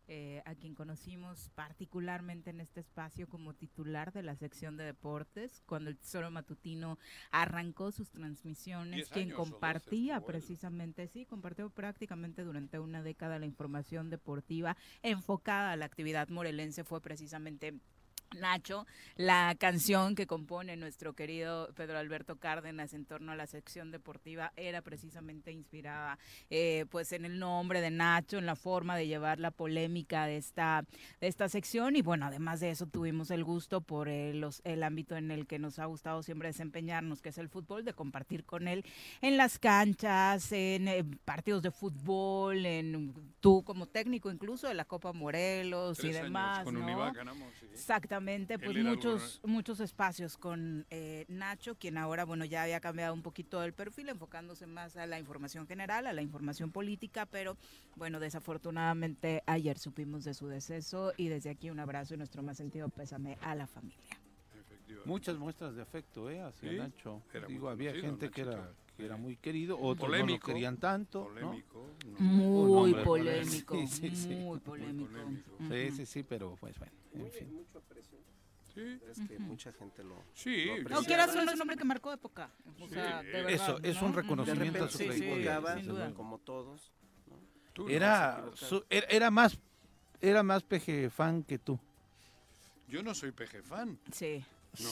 a quien conocimos particularmente en este espacio como titular de la sección de deportes, cuando el Tesoro Matutino arrancó sus transmisiones, quien compartía precisamente, sí, compartió prácticamente durante una década la información deportiva enfocada a la actividad morelense, fue precisamente Nacho. La canción que compone nuestro querido Pedro Alberto Cárdenas en torno a la sección deportiva era precisamente inspirada pues en el nombre de Nacho, en la forma de llevar la polémica de esta sección, y bueno, además de eso tuvimos el gusto por el ámbito en el que nos ha gustado siempre desempeñarnos, que es el fútbol, de compartir con él en las canchas, en partidos de fútbol, tú como técnico incluso de la Copa Morelos 3 y demás, años, con ¿no? Univac ganamos, sí. Exactamente, pues muchos espacios con Nacho, quien ahora, bueno, ya había cambiado un poquito el perfil, enfocándose más a la información general, a la información política, pero bueno, desafortunadamente ayer supimos de su deceso, y desde aquí un abrazo y nuestro más sentido pésame a la familia. Muchas muestras de afecto hacia ¿Sí? Nacho. Digo, había gente Nacho, que era muy querido, otros polémico, no lo querían tanto. Polémico. ¿no? Muy polémico, muy polémico. Sí, pero pues bueno, en fin. Mucho aprecio. Sí. Es que mucha gente lo aprecia. No quieras, es un hombre que marcó época. O sea, de verdad, eso es un reconocimiento a su trayectoria, como todos. ¿no? Era más PG fan que tú. Yo no soy PG fan. Sí. No.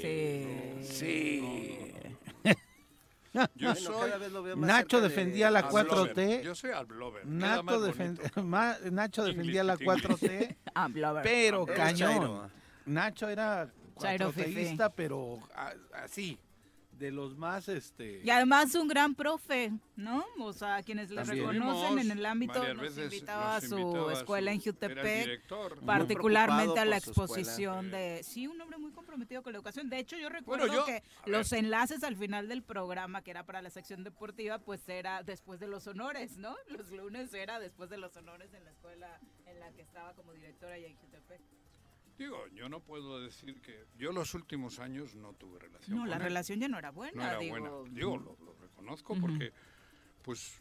Sí. Yo soy Nacho defendía la 4T. Yo soy Alblover. Nacho defendía la 4T, pero cañón. Nacho era 4Tista, pero así, de los más Y además un gran profe, ¿no? O sea, quienes le También. reconocen en el ámbito, nos invitaba a su escuela en Jutepec, particularmente a la exposición de... Sí, un hombre muy comprometido con la educación. De hecho, yo recuerdo que los enlaces al final del programa, que era para la sección deportiva, pues era después de los honores, ¿no? Los lunes era después de los honores en la escuela en la que estaba como directora allá en Jutepec. Digo, yo no puedo decir que... Yo los últimos años no tuve relación No, con la él. relación ya no era buena. No era buena. Digo, lo reconozco porque pues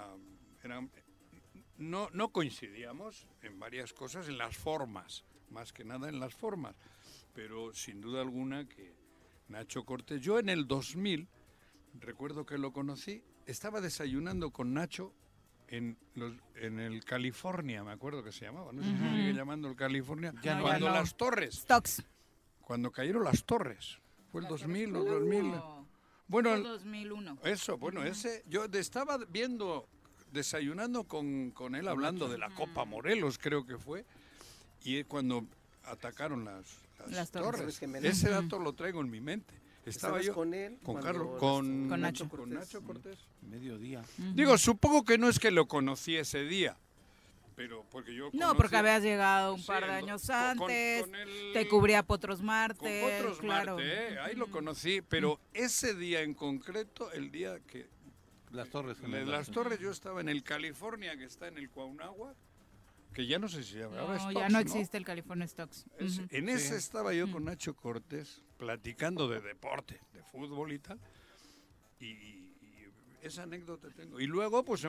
no coincidíamos en varias cosas, en las formas, más que nada en las formas. Pero sin duda alguna que Nacho Cortés... Yo en el 2000, recuerdo que lo conocí, estaba desayunando con Nacho en el California, me acuerdo que se llamaba, no sé si se sigue llamando el California, cuando las torres, Stocks. Cuando cayeron las torres, fue el 2000 o 2000. Bueno, el 2001. Eso, bueno, yo estaba desayunando con él hablando de la Copa Morelos, creo que fue, y cuando atacaron las torres. Ese dato lo traigo en mi mente. Estaba yo con él, con Nacho Cortés. Mediodía. Digo, supongo que no es que lo conocí ese día, pero porque yo No, porque habías llegado un par de años antes, te cubría Potros Marte. Con Potros claro. Marte, ahí lo conocí, pero ese día en concreto, el día que... Las Torres. Las Torres, yo estaba en el California, que está en el Cuauhnáhuac, que ya no sé si llama. No, ya no existe el California Stocks. En ese estaba yo con Nacho Cortés, platicando de deporte, de fútbol y tal, y esa anécdota tengo. Y luego, pues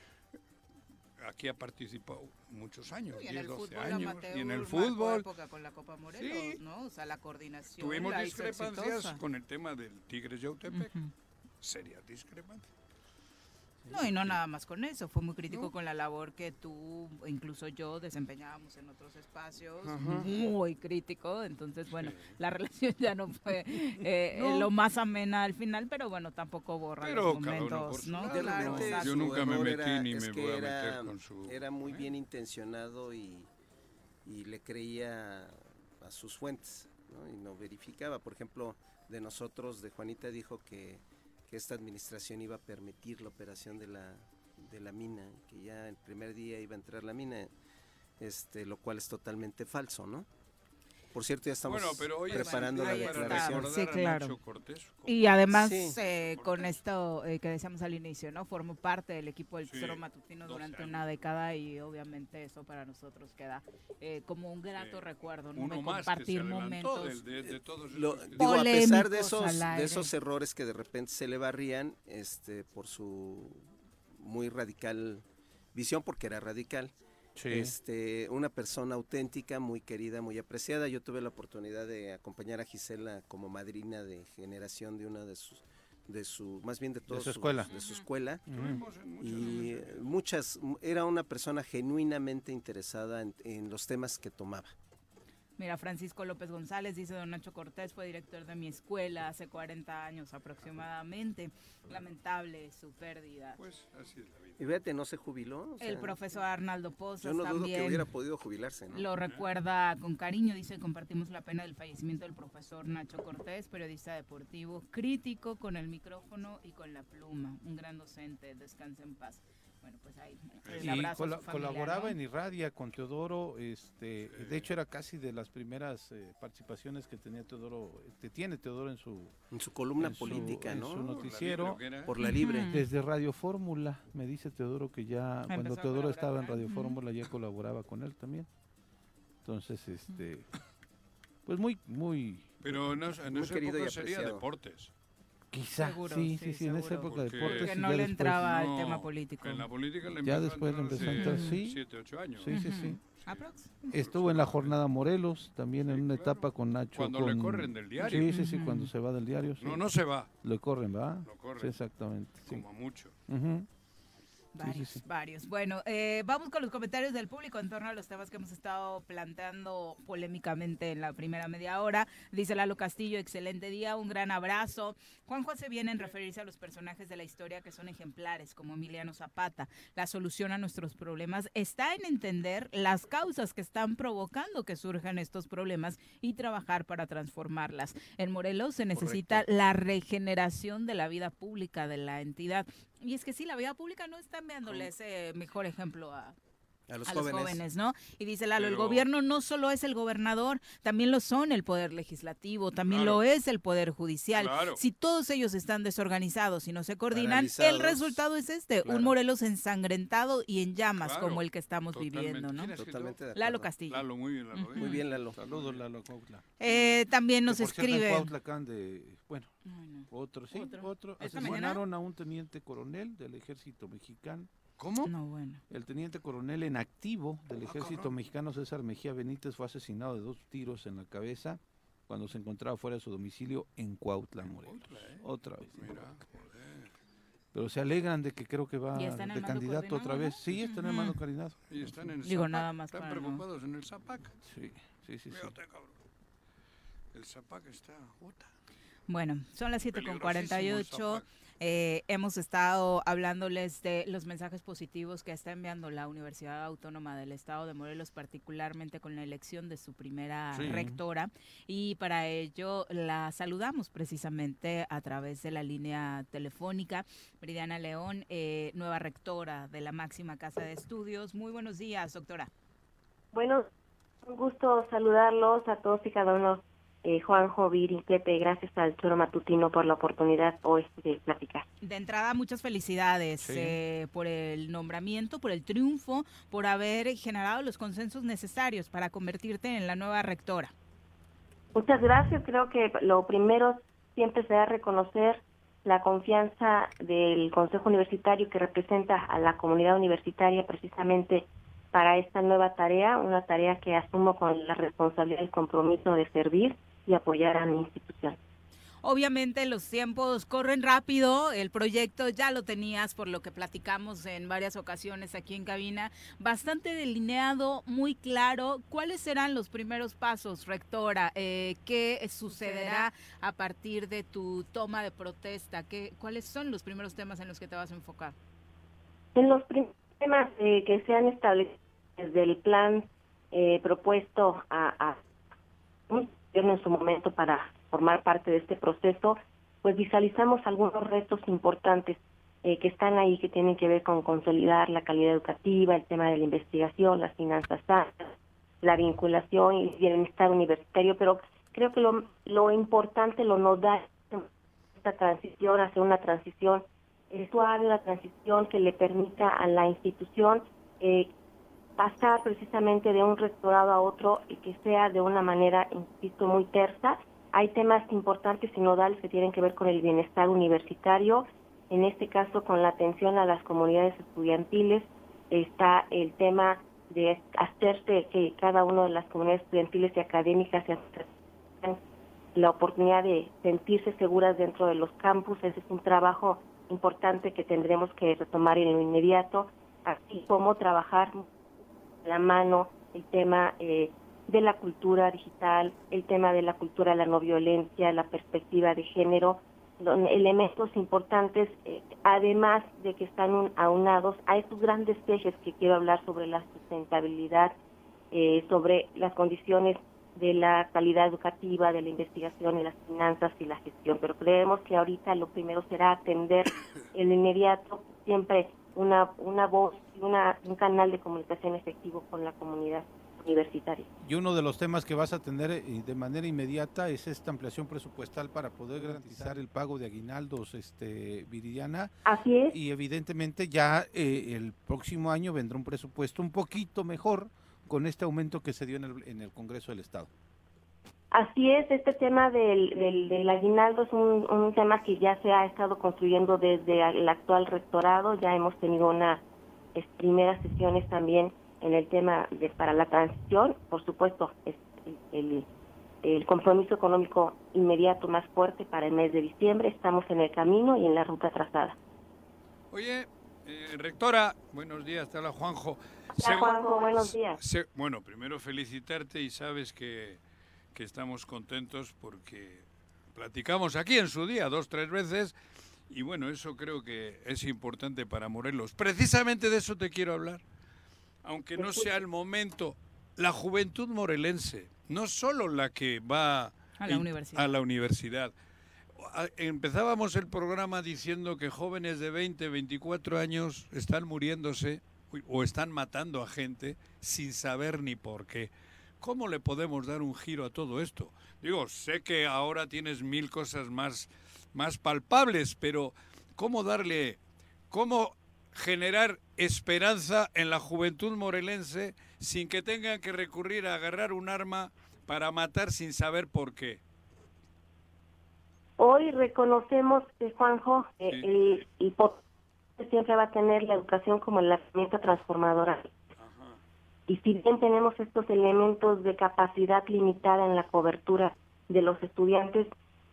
aquí ha participado muchos años, 10, 12 años, y en el fútbol. Época con la Copa Morelos, ¿no? O sea, la coordinación. Tuvimos discrepancias con el tema del Tigres de Yautepec, serias discrepancias. No, y no nada más con eso, fue muy crítico con la labor que tú, incluso yo, desempeñábamos en otros espacios, muy crítico, entonces bueno, la relación ya no fue lo más amena al final, pero bueno, tampoco borra los momentos, ¿no? Claro, yo nunca me metí ni me voy a meter con su... Era muy bien intencionado y le creía a sus fuentes, ¿no? Y no verificaba, por ejemplo, de nosotros, de Juanita dijo que esta administración iba a permitir la operación de la mina, que ya el primer día iba a entrar la mina, lo cual es totalmente falso, ¿no? Por cierto, ya estamos preparando la declaración. Sí, claro. Y además, con esto que decíamos al inicio, ¿no? Formó parte del equipo del Tesoro Matutino durante una década y obviamente eso para nosotros queda como un grato recuerdo, ¿no? Uno más compartir momentos. De todos digo, a pesar de esos errores que de repente se le barrían por su muy radical visión, porque era radical, Sí. Una persona auténtica, muy querida, muy apreciada. Yo tuve la oportunidad de acompañar a Gisela como madrina de generación de una de sus, más bien de toda su escuela. De su escuela. Y era una persona genuinamente interesada en los temas que tomaba. Mira, Francisco López González dice: don Nacho Cortés fue director de mi escuela hace 40 años aproximadamente. Lamentable su pérdida. Pues así es la vida. Y fíjate, no se jubiló. El profesor Arnaldo Pozas yo no dudo también que hubiera podido jubilarse, ¿no? lo recuerda con cariño. Dice: compartimos la pena del fallecimiento del profesor Nacho Cortés, periodista deportivo, crítico con el micrófono y con la pluma. Un gran docente, descanse en paz. Bueno, pues ahí el abrazo a su familia, colaboraba, ¿no?, en Irradia con Teodoro, de hecho era casi de las primeras participaciones que tenía Teodoro, tiene Teodoro en su columna política, ¿no? En su noticiero, por la Libre. Desde Radio Fórmula, me dice Teodoro que ya cuando Teodoro estaba en Radio Fórmula ya colaboraba con él también. Entonces, pues muy pero en esa época sería deportes. Quizá, seguro, sí, en esa época de deportes. Que no le entraba al tema político. En la política le ya después le empezó a entrar, 7, 8 años. Sí. Estuvo en la Jornada Morelos, también en una etapa con Nacho. Cuando le corren del diario. Sí, cuando se va del diario. Sí. No se va. Le corren, ¿va? Lo corren. Sí, exactamente. Como a mucho. Varios. Bueno, vamos con los comentarios del público en torno a los temas que hemos estado planteando polémicamente en la primera media hora. Dice Lalo Castillo: excelente día, un gran abrazo. Juanjo hace bien en referirse a los personajes de la historia que son ejemplares, como Emiliano Zapata. La solución a nuestros problemas está en entender las causas que están provocando que surjan estos problemas y trabajar para transformarlas. En Morelos se necesita la regeneración de la vida pública de la entidad. Y es que sí, la vida pública no está enviándole ese mejor ejemplo a los jóvenes, ¿no? Y dice Lalo: el gobierno no solo es el gobernador, también lo son el poder legislativo, también lo es el poder judicial. Si todos ellos están desorganizados y no se coordinan, el resultado es un Morelos ensangrentado y en llamas, como el que estamos viviendo, ¿no? Totalmente de acuerdo. Lalo Castillo. Lalo, muy bien, Lalo. Muy bien, Lalo. Saludos, Lalo Cuautla. También nos escribe. Otro. Asesinaron a un teniente coronel del ejército mexicano. ¿Cómo? No, bueno. El teniente coronel en activo del ejército mexicano, César Mejía Benítez, fue asesinado de 2 tiros en la cabeza cuando se encontraba fuera de su domicilio en Cuautla, Morelos. Otra vez. Mira, pero se alegran de que creo que va de candidato otra vez. Sí, está en el mando coordinado. Y están en el Digo, Zapac. nada más están preocupados en el Zapac. Sí. Fíjate, cabrón. El Zapac está... Bueno, son las 7:48. Hemos estado hablándoles de los mensajes positivos que está enviando la Universidad Autónoma del Estado de Morelos, particularmente con la elección de su primera rectora, y para ello la saludamos precisamente a través de la línea telefónica. Meridiana León, nueva rectora de la máxima casa de estudios. Muy buenos días, doctora. Bueno, un gusto saludarlos a todos y cada uno. Juanjo, Viri, Pepe, gracias al Choro Matutino por la oportunidad hoy de platicar. De entrada, muchas felicidades por el nombramiento, por el triunfo, por haber generado los consensos necesarios para convertirte en la nueva rectora. Muchas gracias. Creo que lo primero siempre será reconocer la confianza del Consejo Universitario que representa a la comunidad universitaria precisamente para esta nueva tarea, una tarea que asumo con la responsabilidad y el compromiso de servir y apoyar a mi institución. Obviamente los tiempos corren rápido, el proyecto ya lo tenías, por lo que platicamos en varias ocasiones aquí en cabina, bastante delineado, muy claro. ¿Cuáles serán los primeros pasos, rectora? ¿Qué sucederá a partir de tu toma de protesta? ¿Cuáles son los primeros temas en los que te vas a enfocar? En los primeros temas que se han establecido desde el plan propuesto a en su momento para formar parte de este proceso, pues visualizamos algunos retos importantes que están ahí, que tienen que ver con consolidar la calidad educativa, el tema de la investigación, las finanzas sanas, la vinculación y el bienestar universitario, pero creo que lo importante, lo nodal, esta transición hacia una transición suave, una transición que le permita a la institución pasar precisamente de un rectorado a otro y que sea de una manera, insisto, muy tersa. Hay temas importantes y nodales que tienen que ver con el bienestar universitario, en este caso con la atención a las comunidades estudiantiles. Está el tema de hacerse que cada una de las comunidades estudiantiles y académicas tengan la oportunidad de sentirse seguras dentro de los campus. Ese es un trabajo importante que tendremos que retomar en lo inmediato, así como trabajar de la mano el tema de la cultura digital, el tema de la cultura de la no violencia, la perspectiva de género, elementos importantes, además de que están aunados a estos grandes ejes que quiero hablar sobre la sustentabilidad, sobre las condiciones de la calidad educativa, de la investigación y las finanzas y la gestión. Pero creemos que ahorita lo primero será atender en lo inmediato siempre una voz y un canal de comunicación efectivo con la comunidad universitaria. Y uno de los temas que vas a tener de manera inmediata es esta ampliación presupuestal para poder garantizar el pago de aguinaldos, Viridiana. Así es. Y evidentemente ya el próximo año vendrá un presupuesto un poquito mejor con este aumento que se dio en el Congreso del Estado. Así es, este tema del aguinaldo es un tema que ya se ha estado construyendo desde el actual rectorado. Ya hemos tenido unas primeras sesiones también en el tema para la transición. Por supuesto, el compromiso económico inmediato más fuerte para el mes de diciembre. Estamos en el camino y en la ruta trazada. Oye, rectora, buenos días, te habla Juanjo. Hola, Juanjo, buenos días. Bueno, primero felicitarte, y sabes que estamos contentos porque platicamos aquí en su día 2-3 veces, y bueno, eso creo que es importante para Morelos. Precisamente de eso te quiero hablar. Aunque no sea el momento, la juventud morelense, no solo la que va a la universidad. Empezábamos el programa diciendo que jóvenes de 20, 24 años están muriéndose o están matando a gente sin saber ni por qué. ¿Cómo le podemos dar un giro a todo esto? Digo, sé que ahora tienes 1000 cosas más palpables, pero ¿cómo generar esperanza en la juventud morelense sin que tengan que recurrir a agarrar un arma para matar sin saber por qué? Hoy reconocemos, Juanjo, el siempre va a tener la educación como la herramienta transformadora. Ajá. Y si bien tenemos estos elementos de capacidad limitada en la cobertura de los estudiantes,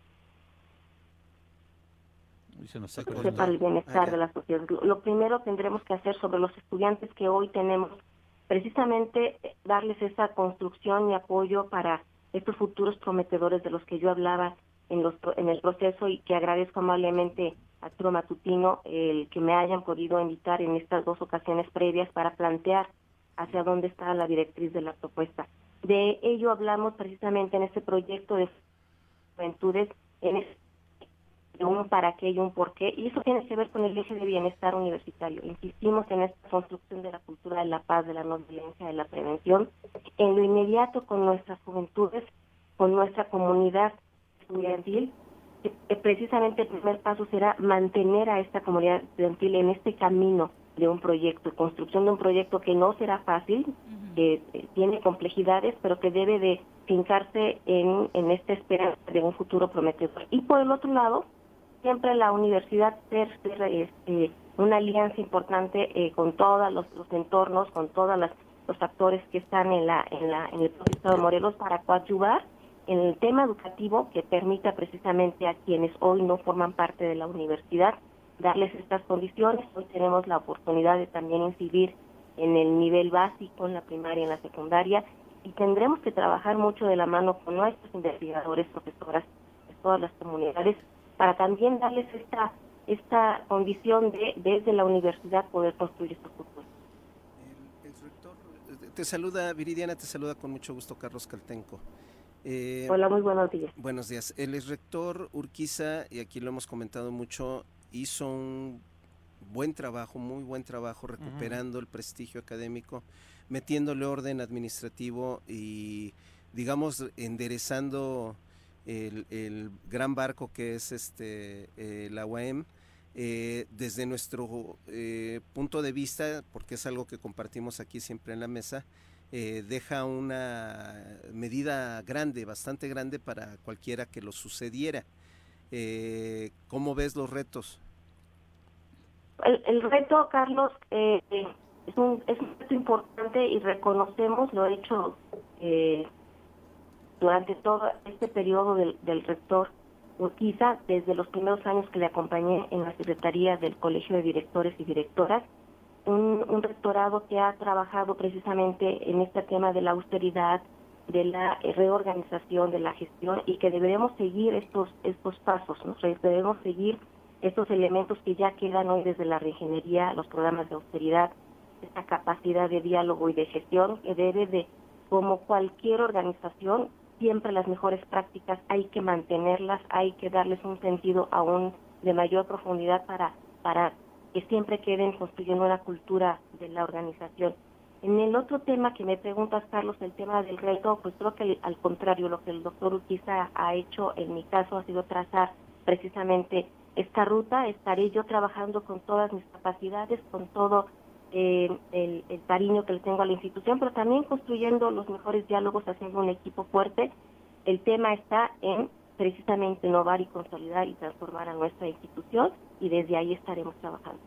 para el bienestar de la sociedad. Lo primero tendremos que hacer sobre los estudiantes que hoy tenemos, precisamente darles esa construcción y apoyo para estos futuros prometedores de los que yo hablaba en el proceso, y que agradezco amablemente a Arturo Matutino el que me hayan podido invitar en estas 2 ocasiones previas para plantear hacia dónde está la directriz de la propuesta. De ello hablamos precisamente en este proyecto de juventudes, de un para qué y un por qué, y eso tiene que ver con el eje de bienestar universitario. Insistimos en esta construcción de la cultura de la paz, de la no violencia, de la prevención, en lo inmediato con nuestras juventudes, con nuestra comunidad estudiantil. Precisamente el primer paso será mantener a esta comunidad estudiantil en este camino de un proyecto, construcción de un proyecto que no será fácil, que tiene complejidades, pero que debe de fincarse en esta esperanza de un futuro prometedor. Y por el otro lado, siempre la universidad ser una alianza importante con todos los entornos, con todos los actores que están en el propio Estado de Morelos, para coadyuvar en el tema educativo que permita precisamente a quienes hoy no forman parte de la universidad darles estas condiciones. Hoy tenemos la oportunidad de también incidir en el nivel básico, en la primaria, en la secundaria, y tendremos que trabajar mucho de la mano con nuestros investigadores, profesoras de todas las comunidades, para también darles esta condición de desde la universidad poder construir estos futuros. El rector te saluda, Viridiana, te saluda con mucho gusto Carlos Caltenco. Hola, muy buenos días. Buenos días. El exrector Urquiza, y aquí lo hemos comentado mucho, hizo un buen trabajo, muy buen trabajo, recuperando el prestigio académico, metiéndole orden administrativo y, digamos, enderezando el gran barco que es la UAM. Desde nuestro punto de vista, porque es algo que compartimos aquí siempre en la mesa, deja una medida grande, bastante grande para cualquiera que lo sucediera. ¿Cómo ves los retos? El reto, Carlos, es un reto importante y reconocemos, lo he hecho durante todo este periodo del rector Urquiza, desde los primeros años que le acompañé en la Secretaría del Colegio de Directores y Directoras, un rectorado que ha trabajado precisamente en este tema de la austeridad, de la reorganización, de la gestión, y que deberemos seguir estos pasos, ¿no? Debemos seguir estos elementos que ya quedan hoy desde la reingeniería, los programas de austeridad, esta capacidad de diálogo y de gestión que debe de, como cualquier organización, siempre las mejores prácticas hay que mantenerlas, hay que darles un sentido aún de mayor profundidad para que siempre queden construyendo una cultura de la organización. En el otro tema que me preguntas, Carlos, el tema del reto, pues creo que al contrario, lo que el doctor Urquiza ha hecho en mi caso ha sido trazar precisamente esta ruta. Estaré yo trabajando con todas mis capacidades, con todo el cariño que le tengo a la institución, pero también construyendo los mejores diálogos, haciendo un equipo fuerte. El tema está en precisamente innovar y consolidar y transformar a nuestra institución, y desde ahí estaremos trabajando.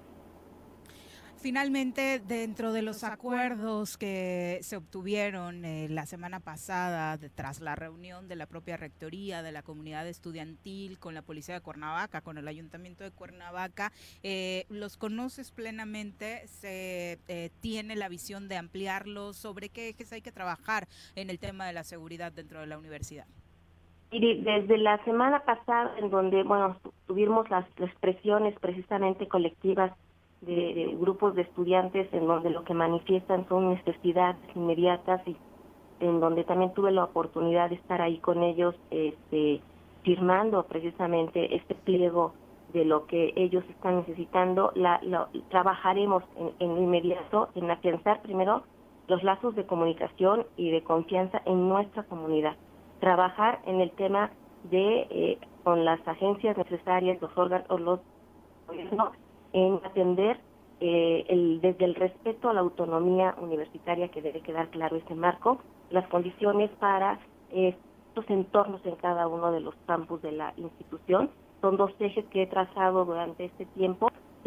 Finalmente, dentro de los acuerdos que se obtuvieron la semana pasada, tras la reunión de la propia rectoría, de la comunidad estudiantil, con la policía de Cuernavaca, con el ayuntamiento de Cuernavaca, ¿los conoces plenamente? ¿Se tiene la visión de ampliarlos? ¿Sobre qué ejes hay que trabajar en el tema de la seguridad dentro de la universidad? Y desde la semana pasada, en donde tuvimos las presiones precisamente colectivas de grupos de estudiantes, en donde lo que manifiestan son necesidades inmediatas, y en donde también tuve la oportunidad de estar ahí con ellos, firmando precisamente este pliego de lo que ellos están necesitando. Trabajaremos en inmediato en afianzar primero los lazos de comunicación y de confianza en nuestra comunidad, trabajar en el tema de con las agencias necesarias, los órganos, los gobiernos, en atender desde el respeto a la autonomía universitaria, que debe quedar claro ese marco, las condiciones para estos entornos en cada uno de los campus de la institución. Son dos ejes que he trazado durante este tiempo: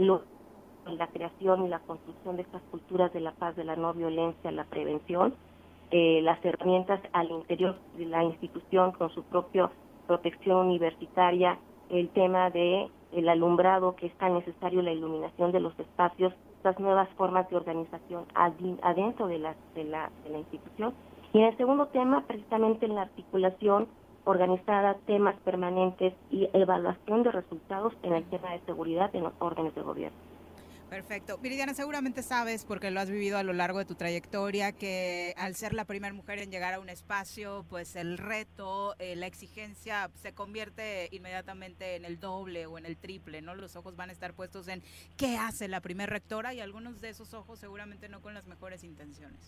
la creación y la construcción de estas culturas de la paz, de la no violencia, la prevención, las herramientas al interior de la institución con su propia protección universitaria, el tema de el alumbrado que es tan necesario, la iluminación de los espacios, estas nuevas formas de organización adentro de la institución. Y en el segundo tema, precisamente en la articulación organizada, temas permanentes y evaluación de resultados en el tema de seguridad en los órdenes de gobierno. Perfecto. Viridiana, seguramente sabes, porque lo has vivido a lo largo de tu trayectoria, que al ser la primera mujer en llegar a un espacio, pues el reto, la exigencia se convierte inmediatamente en el doble o en el triple, ¿no? Los ojos van a estar puestos en qué hace la primera rectora, y algunos de esos ojos seguramente no con las mejores intenciones.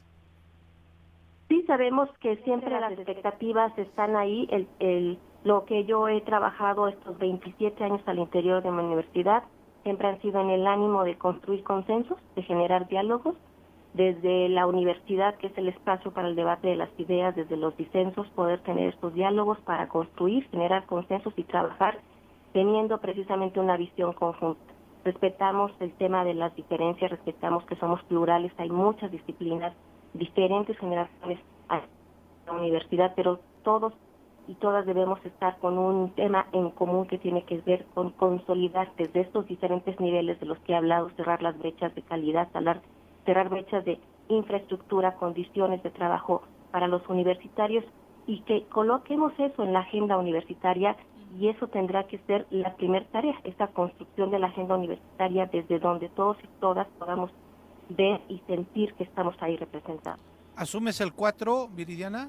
Sí, sabemos que siempre las expectativas están ahí. Lo que yo he trabajado estos 27 años al interior de mi universidad siempre han sido en el ánimo de construir consensos, de generar diálogos, desde la universidad, que es el espacio para el debate de las ideas, desde los disensos, poder tener estos diálogos para construir, generar consensos y trabajar teniendo precisamente una visión conjunta. Respetamos el tema de las diferencias, respetamos que somos plurales, hay muchas disciplinas, diferentes generaciones a la universidad, pero todos y todas debemos estar con un tema en común que tiene que ver con consolidar desde estos diferentes niveles de los que he hablado, cerrar las brechas de calidad, cerrar brechas de infraestructura, condiciones de trabajo para los universitarios, y que coloquemos eso en la agenda universitaria, y eso tendrá que ser la primera tarea, esta construcción de la agenda universitaria desde donde todos y todas podamos ver y sentir que estamos ahí representados. ¿Asumes el 4, Viridiana?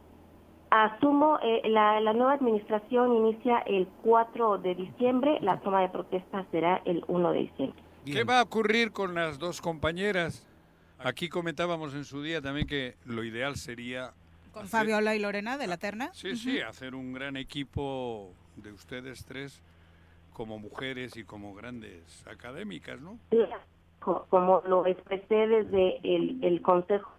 Asumo, la nueva administración inicia el 4 de diciembre, la toma de protestas será el 1 de diciembre. Bien. ¿Qué va a ocurrir con las dos compañeras? Aquí comentábamos en su día también que lo ideal sería... ¿Con Fabiola y Lorena de la terna? Sí, sí, hacer un gran equipo de ustedes tres como mujeres y como grandes académicas, ¿no? Como lo expresé desde el Consejo.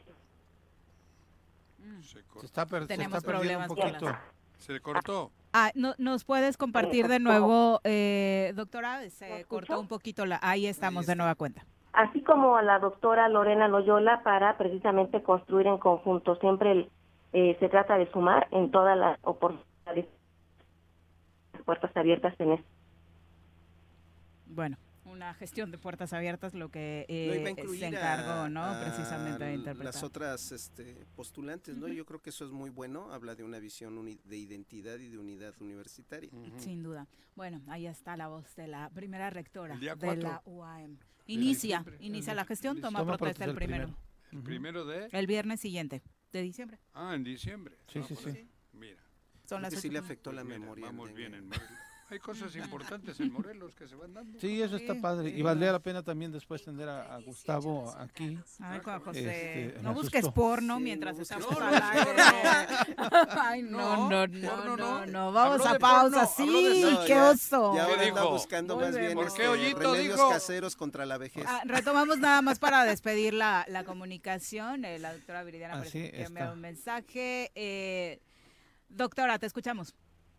Tenemos problemas un poquito. ¿Se cortó? ¿Nos puedes compartir de nuevo, doctora? Se cortó un poquito ahí estamos de nueva cuenta. así como a la doctora Lorena Loyola para precisamente construir en conjunto. Siempre se trata de sumar en todas las oportunidades, puertas abiertas en esto. Bueno, una gestión de puertas abiertas lo que se encargó, ¿no? Precisamente de interpretar. Las otras postulantes, ¿no? Yo creo que eso es muy bueno, habla de una visión de identidad y de unidad universitaria. Sin duda. Bueno, ahí está la voz de la primera rectora de 4. la UAM. Inicia la gestión, toma protesta el primero. ¿El primero de? El viernes siguiente, de diciembre. Ah, en diciembre. Sí. Mira. Son las sí le afectó la memoria. Vamos bien en Morelos. Hay cosas importantes en Morelos que se van dando. Sí, eso está padre. Y valdría la pena también después tener a Gustavo aquí. Ay, Juan José, no busques porno mientras estamos no, al aire. Ay, no. Vamos a pausa. Sí, qué oso. Ya ahora anda buscando más bien remedios caseros contra la vejez. Retomamos nada más para despedir la comunicación. La doctora Viridiana parece que envió un mensaje. Doctora, te escuchamos.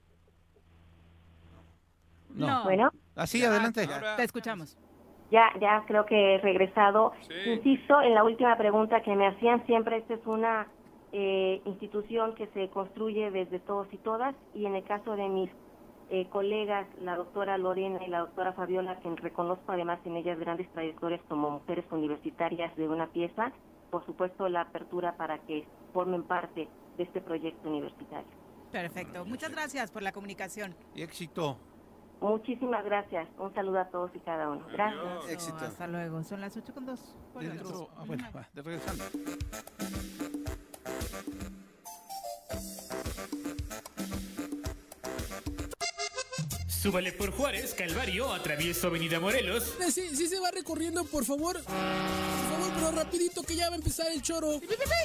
No. Bueno. Así, adelante. Te escuchamos. Ya creo que he regresado. Sí. Insisto en la última pregunta que me hacían siempre. Esta es una institución que se construye desde todos y todas, y en el caso de mis colegas, la doctora Lorena y la doctora Fabiola, que reconozco además en ellas grandes trayectorias como mujeres universitarias de una pieza, por supuesto la apertura para que formen parte de este proyecto universitario. Perfecto. Muchas gracias por la comunicación. Y éxito. Muchísimas gracias. Un saludo a todos y cada uno. Gracias. Éxito. Hasta luego. Son las 8:02. De regresando. Súbale por Juárez, Calvario, atravieso Avenida Morelos. Sí se va recorriendo, por favor. Por favor, pero rapidito que ya va a empezar el choro.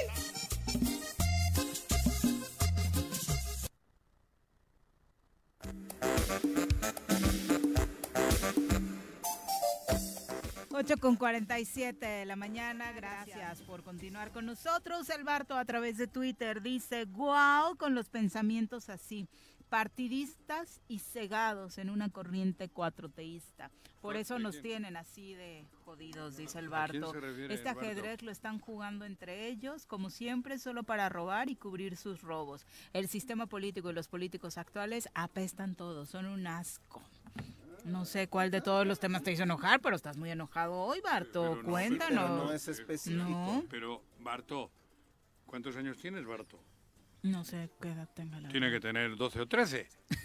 8:47 de la mañana, gracias por continuar con nosotros. El Barto a través de Twitter dice, guau, con los pensamientos así, partidistas y cegados en una corriente cuatroteísta. Por eso nos tienen así de jodidos, dice el Barto. Este ajedrez lo están jugando entre ellos, como siempre, solo para robar y cubrir sus robos. El sistema político y los políticos actuales apestan todos, son un asco. No sé cuál de todos los temas te hizo enojar, pero estás muy enojado hoy, Barto. Pero no, cuéntanos. Pero no es específico. No. Pero, Barto, ¿cuántos años tienes, Barto? No sé qué edad tenga la Tiene que tener 12 o 13.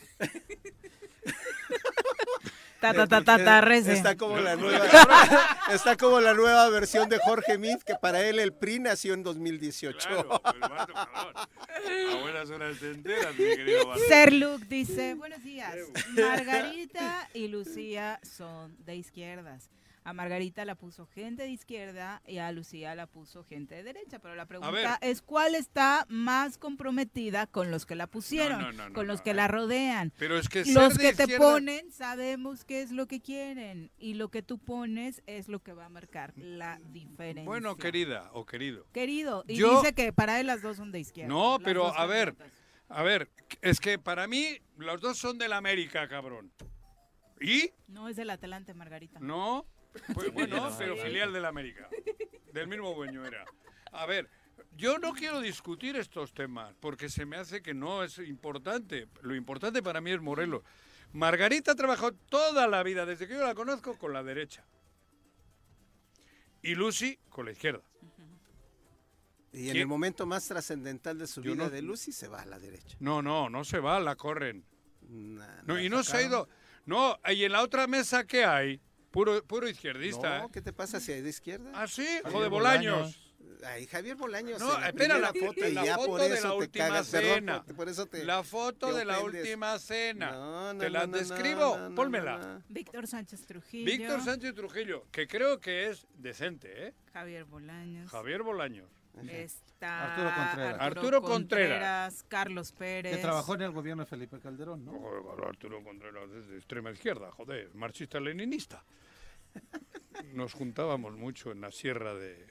Está como la nueva versión de Jorge Mit, que para él el PRI nació en 2018. Claro, el Barto, a buenas horas te enteras, mi querido Barto. Serluc dice, buenos días, Margarita y Lucía son de izquierdas. A Margarita la puso gente de izquierda y a Lucía la puso gente de derecha. Pero la pregunta es, ¿cuál está más comprometida con los que la pusieron, con los que la rodean? Pero es que los que te ponen sabemos qué es lo que quieren y lo que tú pones es lo que va a marcar la diferencia. Bueno, querida o querido. Querido, y dice que para él las dos son de izquierda. No, pero a ver, es que para mí los dos son del América, cabrón. ¿Y? No, es del Atlante, Margarita. No. Pues bueno, pero filial del América, del mismo dueño era. A ver, yo no quiero discutir estos temas, porque se me hace que no es importante. Lo importante para mí es Morelos. Margarita trabajó toda la vida, desde que yo la conozco, con la derecha. Y Lucy con la izquierda. Y en el momento más trascendental de su vida de Lucy se va a la derecha. No se va, la corren. Y no se ha ido. No, y en la otra mesa, ¿qué hay? Puro izquierdista. No, ¿qué te pasa si hay de izquierda? Ah, sí, joder, Bolaños. Ay, Javier Bolaños. No, espera, la foto de la última cena. La foto de la última cena. Te la describo, pónmela. Víctor Sánchez Trujillo. Víctor Sánchez Trujillo, que creo que es decente, ¿eh? Javier Bolaños. Está Arturo Contreras. Carlos Pérez. Que trabajó en el gobierno de Felipe Calderón, ¿no? Arturo Contreras es de extrema izquierda, joder, marxista-leninista. Nos juntábamos mucho en la sierra de...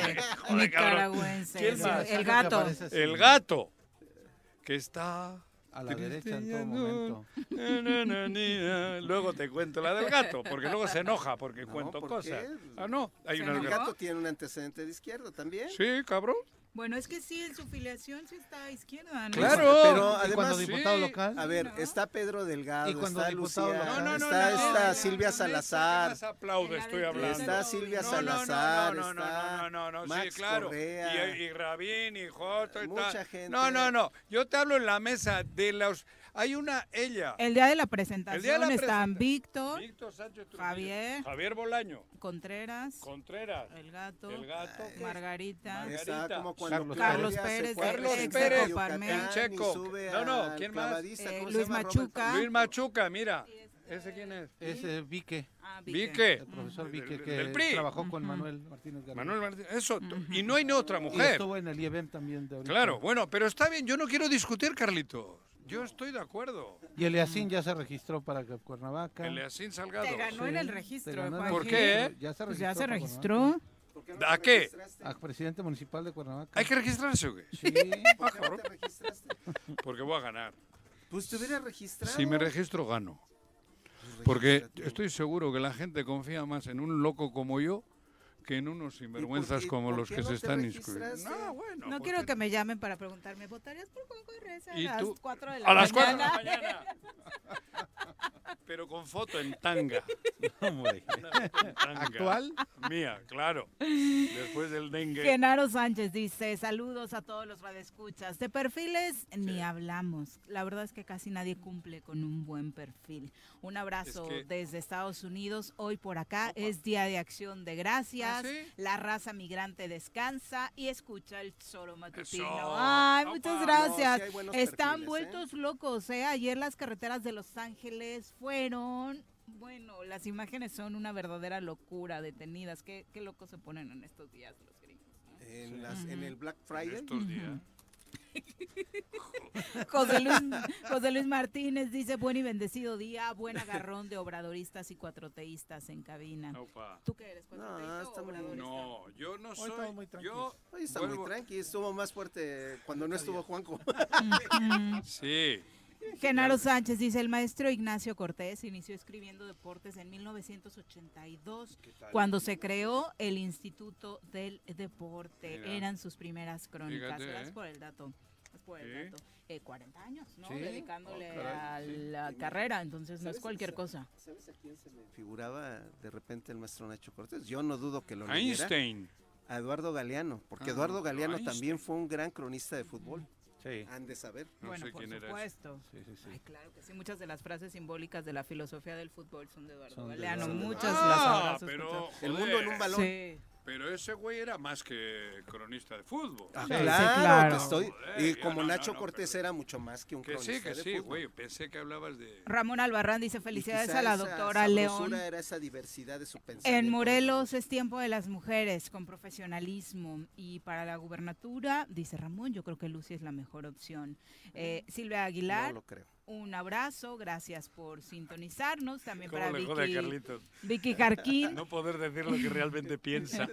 Nicaragüense. ¿Quién más? El gato. El gato. Que está A la derecha en todo momento. Luego te cuento la del gato, porque luego se enoja porque cuento cosas. Ah, no. Hay una el gato tiene un antecedente de izquierda también. Sí, cabrón. Bueno, es que sí, en su filiación sí está a izquierda, ¿no? Claro. Pero además, cuando diputado local. A ver, está Pedro Delgado, Y cuando está diputado Lucía, local. está Silvia Salazar. Más aplaude, estoy hablando. Está Silvia Salazar, no, Max sí, claro. Correa. Y Rabín y Joto y Mucha tal. gente. No. Yo te hablo en la mesa de los... Hay ella. El día de la presentación están Víctor Sánchez Trujillo, Javier Bolaño, Contreras, El Gato, Margarita. Está como cuando Carlos Pérez, Checo. ¿Quién más? Luis Machuca. Luis Machuca, mira. ¿Ese quién es? Ese Vique. Vique. El profesor Vique, que del PRI. trabajó con Manuel Martínez García. Manuel Martínez, eso. Y no hay ni otra mujer. Y estuvo en el IEBEM también. De ahorita. Claro, bueno, pero está bien, yo no quiero discutir, Carlitos. Yo estoy de acuerdo. Y Eliasín ya se registró para Cuernavaca. Eliasín Salgado. Te ganó en el registro. ¿Por qué? Ya se registró. Pues ya se registró. ¿A qué? A presidente municipal de Cuernavaca. ¿Hay que registrarse o qué? Sí. ¿Por qué no te registraste? Porque voy a ganar. Pues te hubieras registrado. Si me registro, gano. Porque estoy seguro que la gente confía más en un loco como yo que en unos sinvergüenzas como los que se están inscribiendo. No, bueno. No quiero que me llamen para preguntarme, ¿votarías por Juanjo Reza a las 4 de la mañana? A las 4 de la mañana. Pero con foto en tanga. ¿Actual? Mía, claro. Después del dengue. Genaro Sánchez dice, saludos a todos los radioescuchas. De perfiles ni hablamos. La verdad es que casi nadie cumple con un buen perfil. Un abrazo desde Estados Unidos. Hoy por acá es Día de Acción de Gracias. ¿Sí? La raza migrante descansa y escucha el Choro Matutino. Ay, muchas gracias. Sí, están vueltos locos, ¿eh? Ayer las carreteras de Los Ángeles fueron... Bueno, las imágenes son una verdadera locura, detenidas. Qué locos se ponen en estos días los gringos, ¿no? En el Black Friday. Estos días. José Luis Martínez dice, buen y bendecido día, buen agarrón de obradoristas y cuatroteístas en cabina. Opa. ¿Tú qué eres, cuatroteísta o obradorista? No, yo no soy. Hoy está muy tranqui, estuvo más fuerte cuando no estuvo Juanjo. Sí. Genaro Sánchez dice, el maestro Ignacio Cortés inició escribiendo deportes en 1982, cuando se creó el Instituto del Deporte. Mira. Eran sus primeras crónicas. Gracias por el dato. 40 años, ¿no? Sí. Dedicándole a la carrera, entonces no es cualquier cosa. ¿Sabes a quién se me figuraba de repente el maestro Nacho Cortés? Yo no dudo que lo Einstein. A Eduardo Galeano, porque Eduardo Galeano también fue un gran cronista de fútbol. Sí. Han de saber. Bueno, por supuesto. Sí. Ay, claro que sí. Muchas de las frases simbólicas de la filosofía del fútbol son de Eduardo Galeano. Muchas las habrás escuchado. El mundo en un balón. Sí. Pero ese güey era más que cronista de fútbol. Claro. Y como Nacho Cortés era mucho más que un cronista de fútbol. Sí, güey. Pensé que hablabas de... Ramón Albarrán dice, felicidades a la doctora León. Era esa diversidad de su pensamiento. En Morelos es tiempo de las mujeres con profesionalismo. Y para la gubernatura, dice Ramón, yo creo que Lucy es la mejor opción. Silvia Aguilar. No lo creo. Un abrazo, gracias por sintonizarnos. También ¿Cómo para le jode a Carlitos? Vicky Jarquín. No poder decir lo que realmente piensa.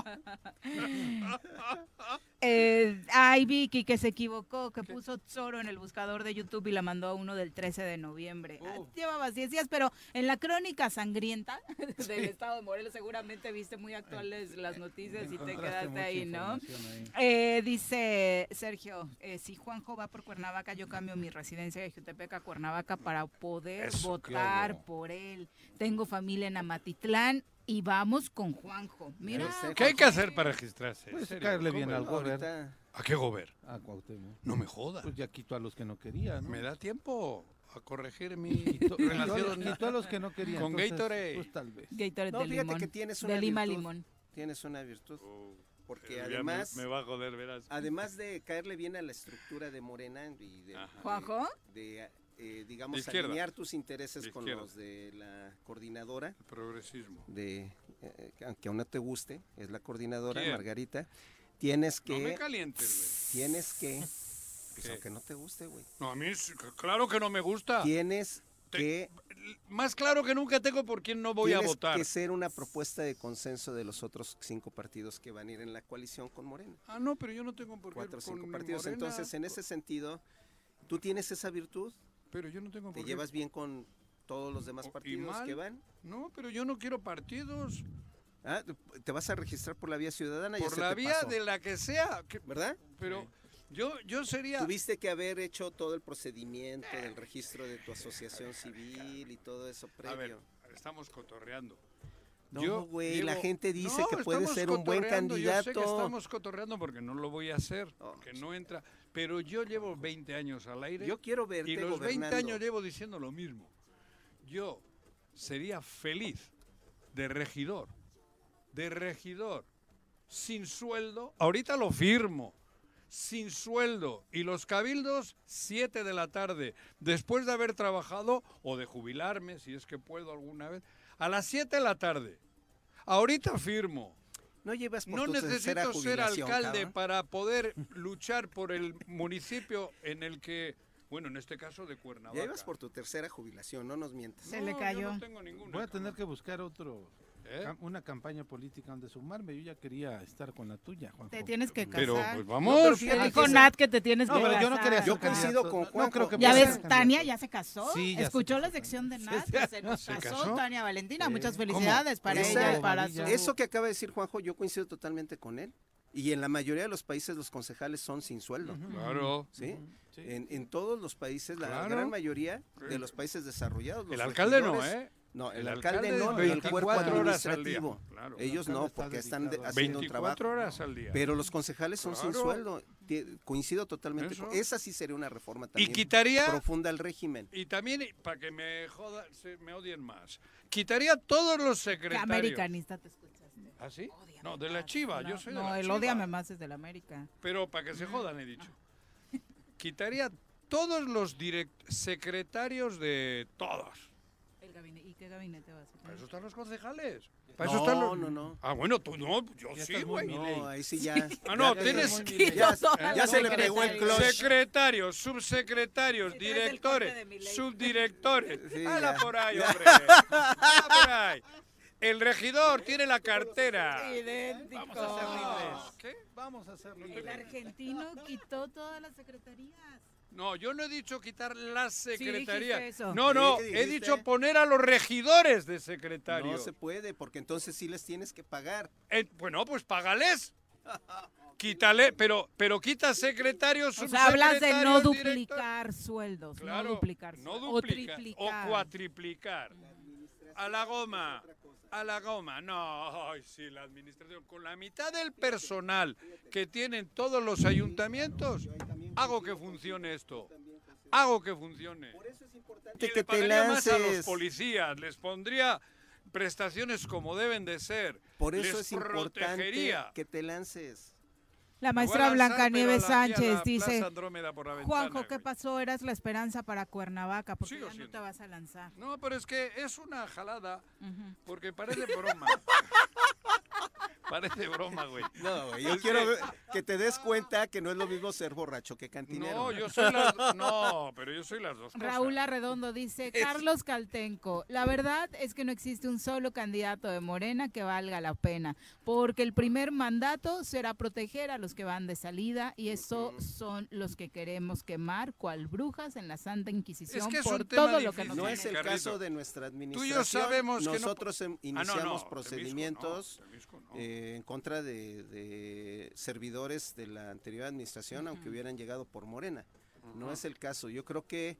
Ay, Vicky, que se equivocó, que puso Choro en el buscador de YouTube y la mandó a uno del 13 de noviembre. Llevabas 10 días, pero en la crónica sangrienta del estado de Morelos seguramente viste muy actuales las noticias y te quedaste ahí, ¿no? Dice Sergio, si Juanjo va por Cuernavaca, yo cambio mi residencia de Jutepec a Cuernavaca para poder votar por él. Tengo familia en Amatitlán. Y vamos con Juanjo. Mira. ¿Qué hay que hacer para registrarse? Pues caerle bien al gober. ¿A qué gober? A Cuauhtémoc. No me jodas. Pues ya quitó a los que no quería, ¿no? Me da tiempo a corregir mi relación. Quitó a los que no querían. Con Gatorade. Pues tal vez. Gatorade de limón. Que tienes una de lima virtud. Limón. Tienes una virtud. Porque además... Me va a joder, verás. Además de caerle bien a la estructura de Morena y de... ¿Juanjo? Digamos, alinear tus intereses con los de la coordinadora. El progresismo. Aunque aún no te guste, es la coordinadora, Margarita. Tienes que... No me calientes, güey. Tienes que... Pues aunque no te guste, güey. No, a mí claro que no me gusta. Tienes que... Más claro que nunca tengo por quién no voy a votar. Tienes que ser una propuesta de consenso de los otros 5 partidos que van a ir en la coalición con Morena. No, pero yo no tengo por qué 4 o 5 partidos. Morena. Entonces, en ese sentido... ¿Tú tienes esa virtud? Pero yo no tengo por ¿Te qué. llevas bien con todos los demás partidos que van? No, pero yo no quiero partidos. Ah, ¿te vas a registrar por la vía ciudadana? Por la vía de la que sea. ¿Verdad? Pero yo sería... Tuviste que haber hecho todo el procedimiento del registro de tu asociación civil y todo eso previo. A ver, estamos cotorreando. No, güey, la gente dice que puede ser un buen candidato. Yo sé que estamos cotorreando porque no lo voy a hacer, porque no entra. Pero yo llevo 20 años al aire. Yo quiero verte y los gobernando. 20 años llevo diciendo lo mismo. Yo sería feliz de regidor, sin sueldo. Ahorita lo firmo. Sin sueldo, y los cabildos 7 de la tarde, después de haber trabajado o de jubilarme, si es que puedo alguna vez, a las 7 de la tarde. Ahorita firmo. No llevas por No tu tercera necesito ser jubilación, alcalde cabrón. para poder luchar por el municipio en el que, bueno, en este caso de Cuernavaca. Ya ibas por tu tercera jubilación, no nos mientas. Se le cayó. Yo no tengo ninguna. Voy a tener que buscar una campaña política donde sumarme. Yo ya quería estar con la tuya, Juanjo. Te tienes que casar. Pero pues vamos. Te dijo Nat que te tienes que casar. Pero yo no quería ser Yo coincido candidato. con No Juanjo. creo que Ya pueda ves, ser Tania candidato. ya se casó. Sí, ya Escuchó se la casó. sección de Nat. Sí, Se nos ¿Se casó, casó? Tania Valentina. Sí. Muchas ¿Cómo? felicidades para ella y para su... Eso que acaba de decir Juanjo, yo coincido totalmente con él. Y en la mayoría de los países los concejales son sin sueldo. Claro. ¿Sí? Sí. En todos los países, la Claro. gran mayoría de los países desarrollados. Los El alcalde no, regidores- ¿eh? No, el El alcalde alcalde no, es y el cuerpo 24 horas al día. administrativo. Claro. Ellos El no, alcalde porque está están dedicado a haciendo un 24 trabajo. horas al día. Pero los concejales son sin Claro. sueldo. Coincido totalmente. Eso. Esa sí sería una reforma Y también quitaría... profunda al régimen. Y también, para que me jodan, me odien más, quitaría todos los Que secretarios. americanista te escuchaste. ¿Ah, sí? Ódiame No, de la más. Chiva, No, yo soy de no, la el Chiva. ódiame más es del América. Pero para que se jodan, he dicho. Quitaría todos los secretarios de todos. ¿Y qué gabinete vas a Para tener? eso están los concejales. Para eso No, están los... no. Ah, bueno, tú no, yo Ya sí, estás muy güey. Milei. No, ahí sí ya. Ah, no, ya- tienes... Ya se le pegó el clutch. Secretarios, subsecretarios, Sí, traes el corte directores, de Milei. subdirectores. Sí, Hala ya. por ahí, hombre. Hala por ahí. El regidor tiene la cartera. Idéntico. Vamos a ser libres. ¿Qué? Vamos a ser El libres. argentino quitó todas las secretarías. No, yo no he dicho quitar las dijiste secretarías. eso. No, no, Sí, he dijiste. dicho poner a los regidores de No secretarios. se puede, porque entonces sí les tienes que pagar. Bueno, pues págales. Quítale, pero quita secretarios, O sea, hablas de no subsecretarios, directores. duplicar sueldos, Claro, no duplicar no sueldos, duplicar, o triplicar. o cuatriplicar. A la goma, a la goma. No, ay, sí, la administración. Con la mitad del personal que tienen todos los ayuntamientos, hago que funcione esto. Hago que funcione. Y Que le te pagaría más a los lances. policías, les pondría prestaciones como deben de ser. Por eso les es importante protegería. que te lances. La Me voy a maestra lanzar, Blanca pero Nieves a la- aquí a Sánchez la dice, Plaza Andrómeda por la ventana, Juanjo, ¿qué güey. pasó? Eras la esperanza para Cuernavaca, porque Sigo ya no siendo. te vas a lanzar. No, pero es que es una jalada, Ujú. porque parece broma. Parece broma, güey. No, güey, yo Es quiero que- que te des cuenta que no es lo mismo ser borracho que cantinero. No, yo soy las... No, pero yo soy las dos cosas. Raúl Arredondo dice, Carlos Caltenco, la verdad es que no existe un solo candidato de Morena que valga la pena, porque el primer mandato será proteger a los que van de salida y eso son los que queremos quemar cual brujas en la Santa Inquisición Es que es por un tema todo lo que nos difícil. No han es el hecho. Carlito. caso de nuestra Tú y administración. yo sabemos que no- Nosotros iniciamos no, procedimientos Temisco no. en contra de servidores de la anterior administración, aunque hubieran llegado por Morena. No es el caso. Yo creo que,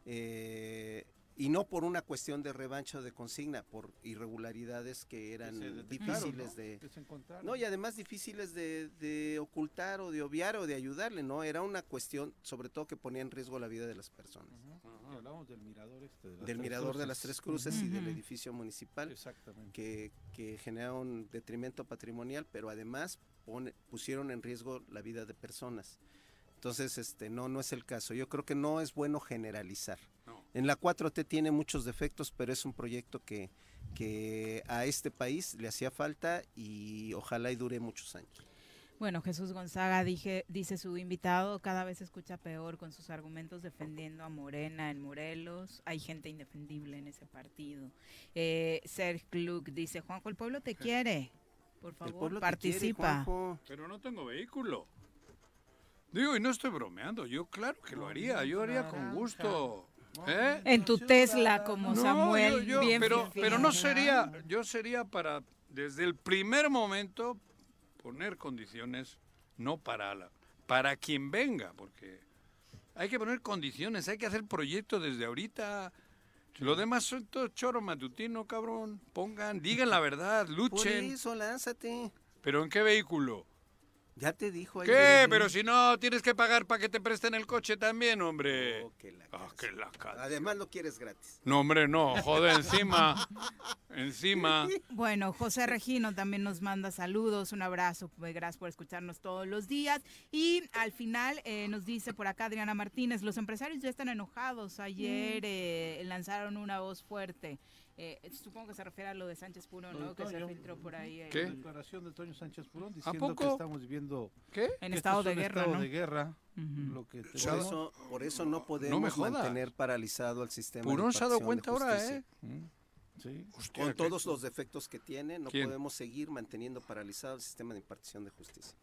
y no por una cuestión de revancha o de consigna, por irregularidades que eran Que se difíciles detectaron, ¿no? de... Que se encontraron. No, y además difíciles de ocultar o de obviar o de ayudarle, ¿no? Era una cuestión, sobre todo, que ponía en riesgo la vida de las personas. Y hablamos del mirador Del mirador de las Tres Cruces y del Ujú. edificio municipal, Exactamente. que genera un detrimento patrimonial, pero además pusieron en riesgo la vida de personas. Entonces, no es el caso. Yo creo que no es bueno generalizar. No. En la 4T tiene muchos defectos, pero es un proyecto que a este país le hacía falta y ojalá y dure muchos años. Bueno, Jesús Gonzaga dice su invitado, cada vez se escucha peor con sus argumentos defendiendo a Morena en Morelos. Hay gente indefendible en ese partido. Serge Klug dice, Juanjo, el pueblo te quiere. Por El favor, pueblo te participa. quiere, Juanjo. Pero no tengo vehículo. Digo, y no estoy bromeando, yo claro que lo haría, yo haría con gusto. En tu Tesla como Samuel, bien pero no sería, yo sería para, desde el primer momento, poner condiciones, no para quien venga, porque hay que poner condiciones, hay que hacer proyectos desde ahorita. Lo demás son todo choro matutino, cabrón. Digan la verdad, luchen. Por eso, lánzate. ¿Pero en qué vehículo? Ya te dijo. ¿Qué? Pero si no, tienes que pagar para que te presten el coche también, hombre. Oh, que la Además lo quieres gratis. No, hombre, no. Joder, encima. Bueno, José Regino también nos manda saludos, un abrazo, gracias por escucharnos todos los días. Y al final nos dice por acá Adriana Martínez, los empresarios ya están enojados. Ayer lanzaron una voz fuerte. Supongo que se refiere a lo de Sánchez Purón, ¿no? Que se filtró por ahí. ¿Qué? La declaración de Toño Sánchez Purón diciendo ¿A poco? que estamos viviendo en estado de guerra, estado ¿no? de guerra. Lo que por eso no podemos mantener paralizado el sistema. Purón se ha dado cuenta ahora, Sí. Hostia, con todos los defectos que tiene, no podemos seguir manteniendo paralizado el sistema de impartición de justicia.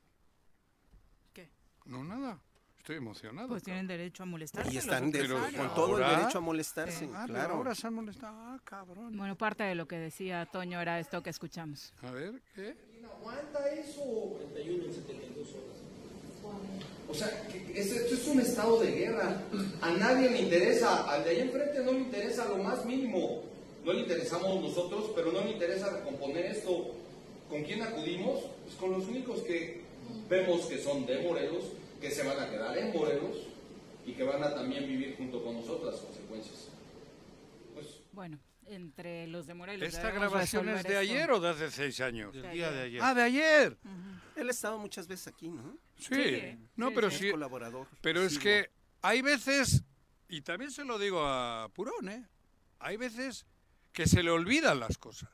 ¿Qué? No, nada. Estoy emocionado. Pues tienen derecho a molestarse. Y están con todo el derecho a molestarse, claro. Ahora se han molestado, cabrón. Bueno, parte de lo que decía Toño era esto que escuchamos. A ver, ¿qué? ¿Aguanta eso? 41 en 72 horas. O sea, esto es un estado de guerra. A nadie le interesa, al de ahí enfrente no le interesa lo más mínimo. No le interesamos nosotros, pero no le interesa recomponer esto. ¿Con quién acudimos? Pues con los únicos que vemos que son de Morelos, que se van a quedar en Morelos y que van a también vivir junto con nosotros las consecuencias. Pues, bueno, entre los de Morelos... ¿Esta grabación es de ayer o de hace 6 años? Del día de ayer. Ah, de ayer. Él ha estado muchas veces aquí, ¿no? Sí. No, pero sí. Colaborador. Pero es que hay veces, y también se lo digo a Purón, hay veces que se le olvidan las cosas.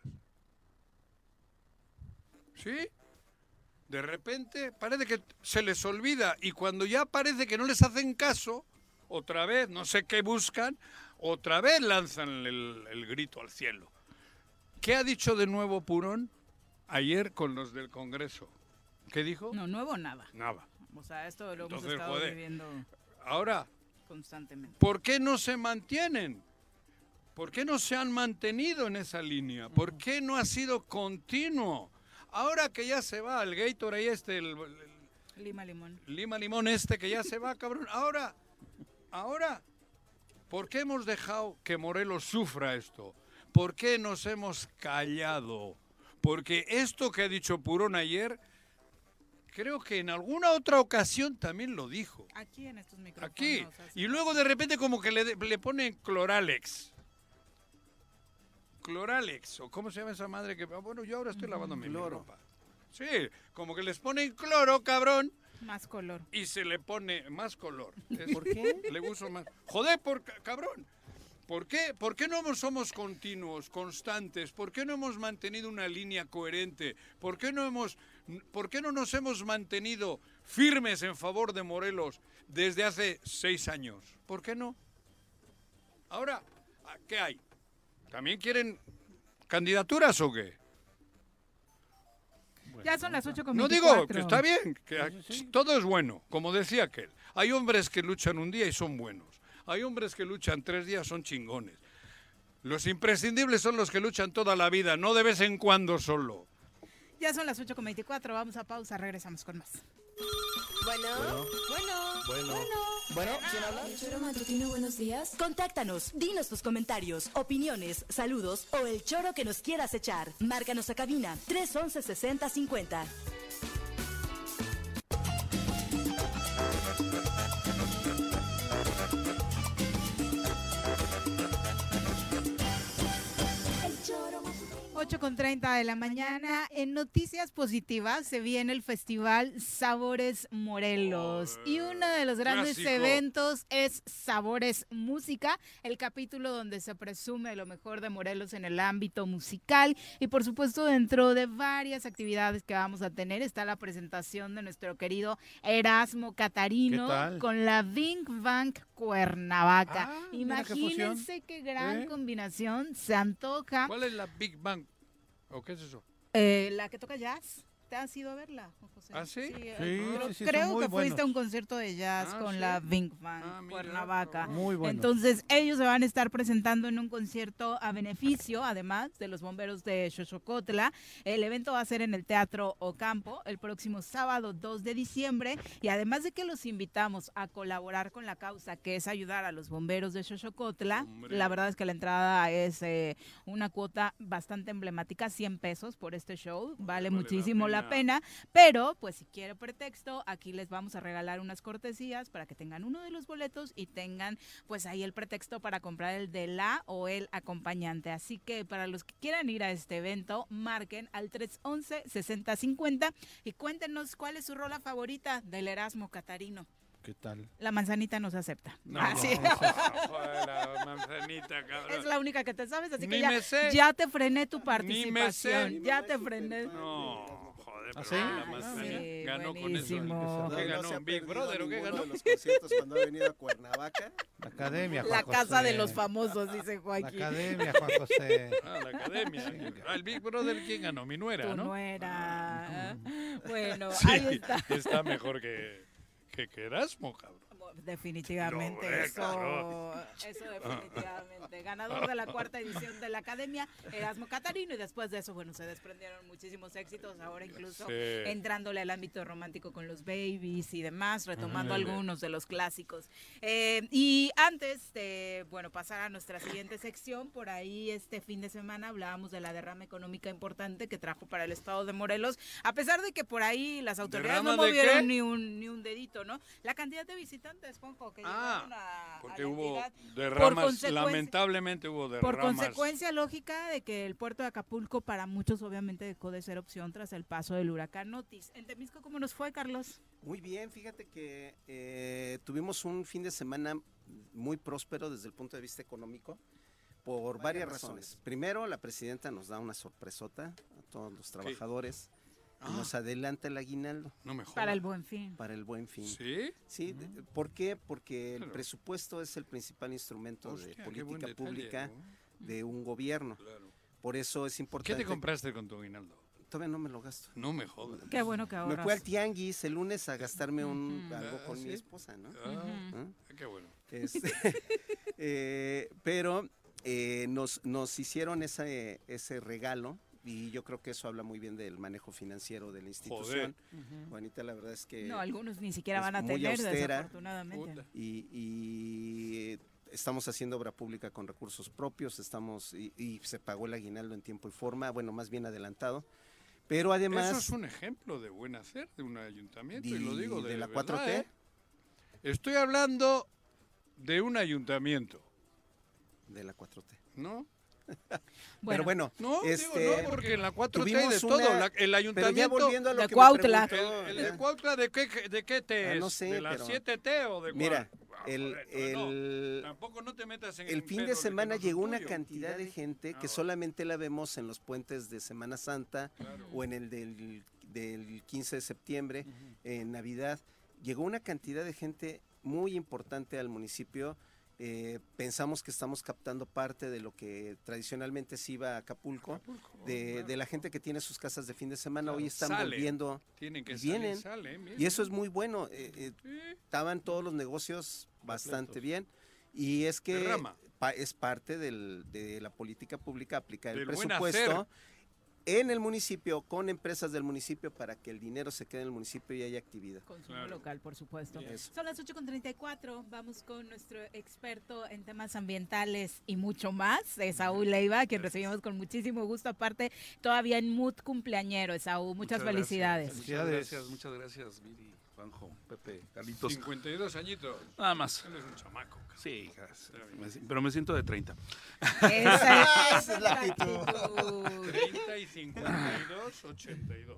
¿Sí? De repente parece que se les olvida y cuando ya parece que no les hacen caso, otra vez, no sé qué buscan, otra vez lanzan el grito al cielo. ¿Qué ha dicho de nuevo Purón ayer con los del Congreso? ¿Qué dijo? No, nuevo nada. Nada. O sea, esto lo hemos estado viviendo ahora constantemente. ¿Por qué no se mantienen? ¿Por qué no se han mantenido en esa línea? ¿Por qué no ha sido continuo? Ahora que ya se va el Gatorade el Lima Limón. Lima Limón que ya se va, cabrón. Ahora, ¿por qué hemos dejado que Morelos sufra esto? ¿Por qué nos hemos callado? Porque esto que ha dicho Purón ayer, creo que en alguna otra ocasión también lo dijo. Aquí en estos micrófonos. Aquí. Y luego de repente como que le ponen Cloralex. Cloralex, o cómo se llama esa madre que... Bueno, yo ahora estoy lavando mi ropa. Sí, como que les ponen cloro, cabrón. Más color. Y se le pone más color. ¿Por qué? Le uso más... Joder, cabrón. ¿Por qué no somos continuos, constantes? ¿Por qué no hemos mantenido una línea coherente? ¿Por qué no nos hemos mantenido firmes en favor de Morelos desde hace 6 años? ¿Por qué no? Ahora, ¿qué hay? ¿También quieren candidaturas o qué? Ya son las 8:24. No digo que está bien, que todo es bueno, como decía aquel. Hay hombres que luchan un día y son buenos. Hay hombres que luchan 3 días, son chingones. Los imprescindibles son los que luchan toda la vida, no de vez en cuando solo. Ya son las 8:24, vamos a pausa, regresamos con más. Bueno, ¿quién habla? ¿El Choro Matutino, buenos días? Contáctanos, dinos tus comentarios, opiniones, saludos o el choro que nos quieras echar. Márcanos a cabina 311-6050. Con 30 de la mañana. En noticias positivas se viene el festival Sabores Morelos y uno de los grandes eventos es Sabores Música, el capítulo donde se presume lo mejor de Morelos en el ámbito musical y por supuesto dentro de varias actividades que vamos a tener está la presentación de nuestro querido Erasmo Catarino con la Big Bang Cuernavaca. Imagínense qué gran combinación, se antoja. ¿Cuál es la Big Bang? ¿O qué es eso? La que toca jazz. has ido a verla, José. ¿Ah, sí? Sí, creo que fuiste a un concierto de jazz con la Big Band Cuernavaca. Muy bueno. Entonces, ellos se van a estar presentando en un concierto a beneficio, además, de los bomberos de Xochocotla. El evento va a ser en el Teatro Ocampo el próximo sábado 2 de diciembre. Y además de que los invitamos a colaborar con la causa, que es ayudar a los bomberos de Xochocotla, la verdad es que la entrada es una cuota bastante emblemática, 100 pesos por este show, vale muchísimo la pena, pero pues si quiere pretexto, aquí les vamos a regalar unas cortesías para que tengan uno de los boletos y tengan pues ahí el pretexto para comprar el de la o el acompañante. Así que para los que quieran ir a este evento, marquen al 311-6050 y cuéntenos cuál es su rola favorita del Erasmo Catarino. ¿Qué tal? La manzanita no se acepta. No, sí. La manzanita, cabrón. Es la única que te sabes, así Ni que me sé. ya te frené tu Ni participación. me sé. Ya te frené. No, joder, pero ¿sí? la manzanita ganó buenísimo. con eso. ¿Qué No ganó? se ha ¿Big perdido Brother o qué ninguno ganó? de los conciertos cuando ha venido a Cuernavaca. La academia, La Juan casa José. de los famosos, dice La Joaquín. academia, Juan José. La academia. El Big Brother, ¿quién ganó? Mi nuera, Tu ¿no? nuera. Bueno, Sí, ahí está. Está mejor que Erasmo, cabrón. Definitivamente, No, eso definitivamente. Ganador de la 4ª edición de la Academia, Erasmo Catarino, y después de eso, bueno, se desprendieron muchísimos éxitos, ahora incluso entrándole al ámbito romántico con los Babies y demás, retomando algunos de los clásicos. Y antes de, bueno, pasar a nuestra siguiente sección, por ahí este fin de semana hablábamos de la derrama económica importante que trajo para el estado de Morelos, a pesar de que por ahí las autoridades no movieron ni un dedito, ¿no? La cantidad de visitantes, Juanjo, que llegaron porque a la hubo entidad, derramas, lamentablemente hubo derramas. por consecuencia lógica de que el puerto de Acapulco para muchos obviamente dejó de ser opción tras el paso del huracán Otis. En Temisco, ¿cómo nos fue, Carlos? Muy bien, fíjate que tuvimos un fin de semana muy próspero desde el punto de vista económico por varias razones. Primero, la presidenta nos da una sorpresota a todos los trabajadores. Nos adelanta el aguinaldo. No me jodas. Para el Buen Fin. Para el Buen Fin. ¿Sí? Sí, ¿por qué? Porque el presupuesto es el principal instrumento de política pública de un gobierno. Claro. Por eso es importante. ¿Qué te compraste con tu aguinaldo? Todavía no me lo gasto. No me jodas. Qué bueno que ahorras. Me fui al tianguis el lunes a gastarme algo con mi esposa, ¿no? Qué bueno. Pero nos hicieron ese regalo. Y yo creo que eso habla muy bien del manejo financiero de la institución. Juanita, la verdad es que... No, algunos ni siquiera van a tener, austera, desafortunadamente. Y estamos haciendo obra pública con recursos propios, y se pagó el aguinaldo en tiempo y forma, bueno, más bien adelantado. Pero además... Eso es un ejemplo de buen hacer de un ayuntamiento, y lo digo de la verdad, 4T. Estoy hablando de un ayuntamiento. De la 4T. ¿No? Pero bueno, no, porque en la 4T hay de todo. El ayuntamiento pero ya volviendo a lo de que Cuautla. El de Cuautla, ¿de qué te es? No sé, ¿De la pero 7T o de cuál? Mira, tampoco no te metas en el fin de semana llegó una tuyo. cantidad de gente que solamente la vemos en los puentes de Semana Santa o en el del 15 de septiembre, en Navidad. Llegó una cantidad de gente muy importante al municipio. Pensamos que estamos captando parte de lo que tradicionalmente se iba a Acapulco, de la gente que tiene sus casas de fin de semana. Hoy están volviendo, vienen, y eso es muy bueno. Estaban todos los negocios bastante bien, y es que es parte de la política pública aplicar el presupuesto en el municipio, con empresas del municipio, para que el dinero se quede en el municipio y haya actividad. Consumo local, por supuesto. Eso. Son las 8:34, vamos con nuestro experto en temas ambientales y mucho más, Esaú Leiva, quien recibimos con muchísimo gusto, aparte todavía en mood cumpleañero. Esaú, muchas felicidades. Muchas gracias, Viri, Juanjo, Pepe, Carlitos. 52 añitos. Nada más. Él es un chamaco. Sí, pero me siento de 30. Esa es la actitud. 30 y 52, 82.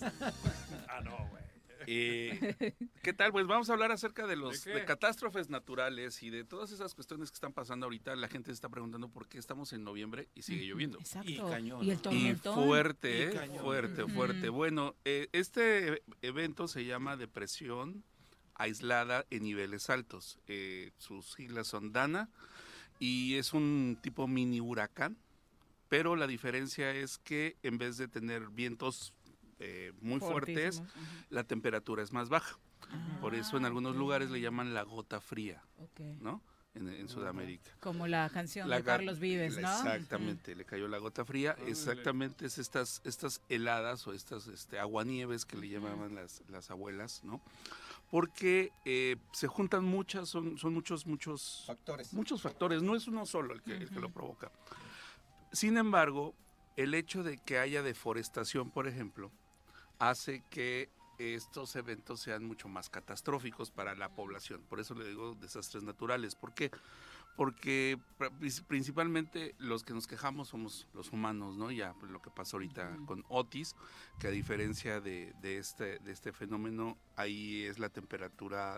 No, güey. ¿Qué tal? Pues vamos a hablar acerca de catástrofes naturales y de todas esas cuestiones que están pasando ahorita. La gente se está preguntando por qué estamos en noviembre y sigue lloviendo. Exacto. Y cañón. Y el tormentón. Y fuerte. Bueno, este evento se llama depresión aislada en niveles altos. Sus siglas son DANA y es un tipo mini huracán, pero la diferencia es que en vez de tener vientos muy fuertes, la temperatura es más baja. Por eso en algunos lugares le llaman la gota fría, ¿no? En Sudamérica. Como la canción de Carlos Vives, ¿no? Exactamente, le cayó la gota fría. Exactamente, es estas heladas o estas aguanieves que le llamaban las abuelas, ¿no? Porque se juntan son muchos factores, no es uno solo el que lo provoca. Sin embargo, el hecho de que haya deforestación, por ejemplo, hace que estos eventos sean mucho más catastróficos para la población. Por eso le digo desastres naturales. ¿Por qué? Porque principalmente los que nos quejamos somos los humanos, ¿no? Ya pues, lo que pasó ahorita con Otis, que a diferencia de este fenómeno, ahí es la temperatura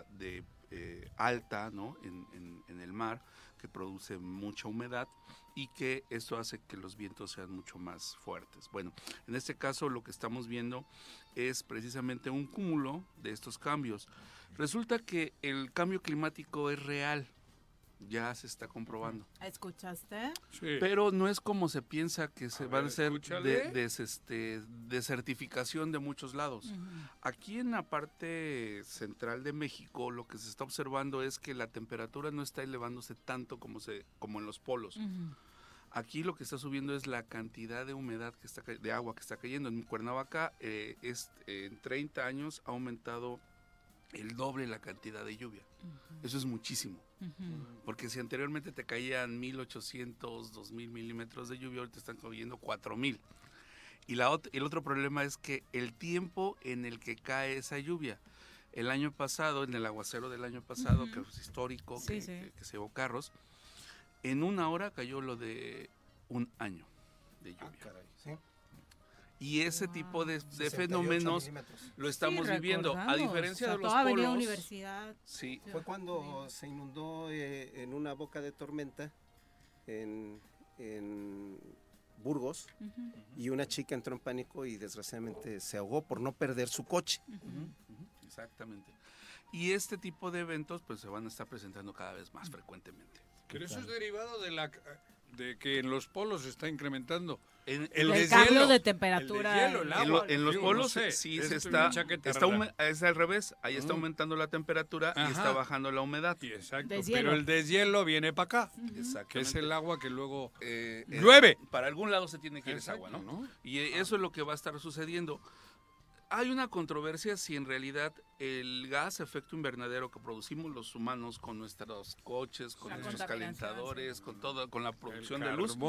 alta, ¿no? En el mar, que produce mucha humedad y que esto hace que los vientos sean mucho más fuertes. Bueno, en este caso lo que estamos viendo es precisamente un cúmulo de estos cambios. Resulta que el cambio climático es real, ya se está comprobando. ¿Escuchaste? Sí. Pero no es como se piensa que se van a hacer de certificación de muchos lados. Aquí en la parte central de México lo que se está observando es que la temperatura no está elevándose tanto como en los polos. Aquí lo que está subiendo es la cantidad de humedad de agua que está cayendo. En Cuernavaca en 30 años ha aumentado el doble la cantidad de lluvia. Eso es muchísimo. Porque si anteriormente te caían 1,800, 2,000 milímetros de lluvia, ahorita están cayendo 4,000. Y el otro problema es que el tiempo en el que cae esa lluvia, el año pasado, en el aguacero del año pasado, que es histórico, que se llevó carros, en una hora cayó lo de un año de lluvia. Caray, ¿sí? Y ese tipo de fenómenos lo estamos viviendo, a diferencia de los polos. Universidad. Sí. Fue cuando se inundó en una boca de tormenta en Burgos y una chica entró en pánico y desgraciadamente se ahogó por no perder su coche. Exactamente. Y este tipo de eventos pues se van a estar presentando cada vez más frecuentemente. Pero eso es derivado de que en los polos se está incrementando el cambio de temperatura. El agua. En los polos sí se está es al revés, ahí está aumentando la temperatura y está bajando la humedad. Exacto, pero el deshielo viene para acá, que es el agua que luego llueve. Para algún lado se tiene que ir esa agua, ¿no? Y eso es lo que va a estar sucediendo. Hay una controversia si en realidad el gas efecto invernadero que producimos los humanos con nuestros coches, con nuestros calentadores, con la producción de luz,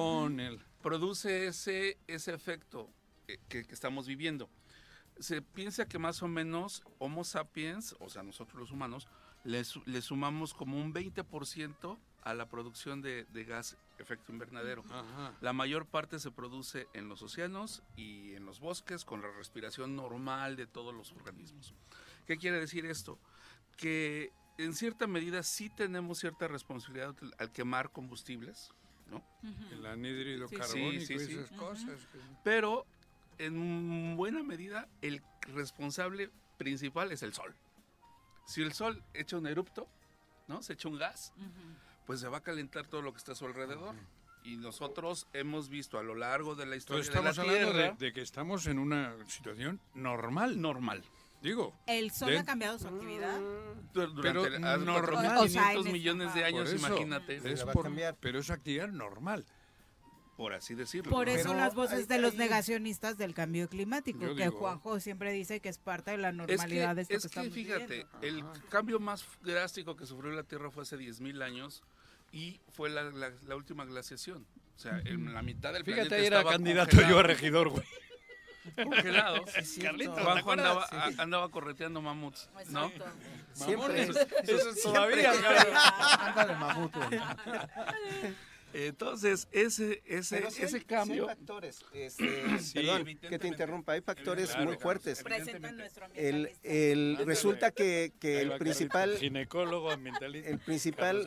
produce ese efecto que estamos viviendo. Se piensa que más o menos Homo sapiens, o sea nosotros los humanos, le sumamos como un 20% a la producción de gas efecto invernadero. La mayor parte se produce en los océanos y en los bosques con la respiración normal de todos los organismos. ¿Qué quiere decir esto? Que en cierta medida sí tenemos cierta responsabilidad al quemar combustibles, ¿no? El anhídrido carbónico y esas cosas. Pero en buena medida el responsable principal es el sol. Si el sol echa un erupto, ¿no? Se echa un gas, pues se va a calentar todo lo que está a su alrededor. Y nosotros hemos visto a lo largo de la historia de la Tierra... Estamos hablando de que estamos en una situación normal. Digo... ¿El sol ha cambiado su actividad? Durante normal. 500 millones de años, imagínate. Pero es actividad normal. Por así decirlo. Por eso las voces de los negacionistas del cambio climático, Juanjo siempre dice que es parte de la normalidad de esto que estamos viviendo. Fíjate, el cambio más drástico que sufrió la Tierra fue hace 10,000 años y fue la última glaciación. O sea, en la mitad del planeta ahí estaba era candidato congelado. yo a regidor, güey. Congelado. Carlitos, Juanjo andaba correteando mamuts, ¿no? Siempre. Eso es todavía, anda de mamut. Entonces, ese cambio... hay factores, perdón, que te interrumpa, hay factores muy fuertes. Resulta que el principal... Ginecólogo ambientalista. El principal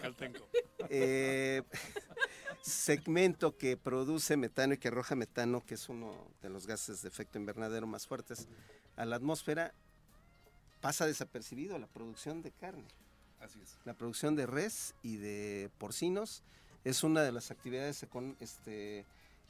segmento que produce metano y que arroja metano, que es uno de los gases de efecto invernadero más fuertes, a la atmósfera, pasa desapercibido la producción de carne. Así es. La producción de res y de porcinos es una de las actividades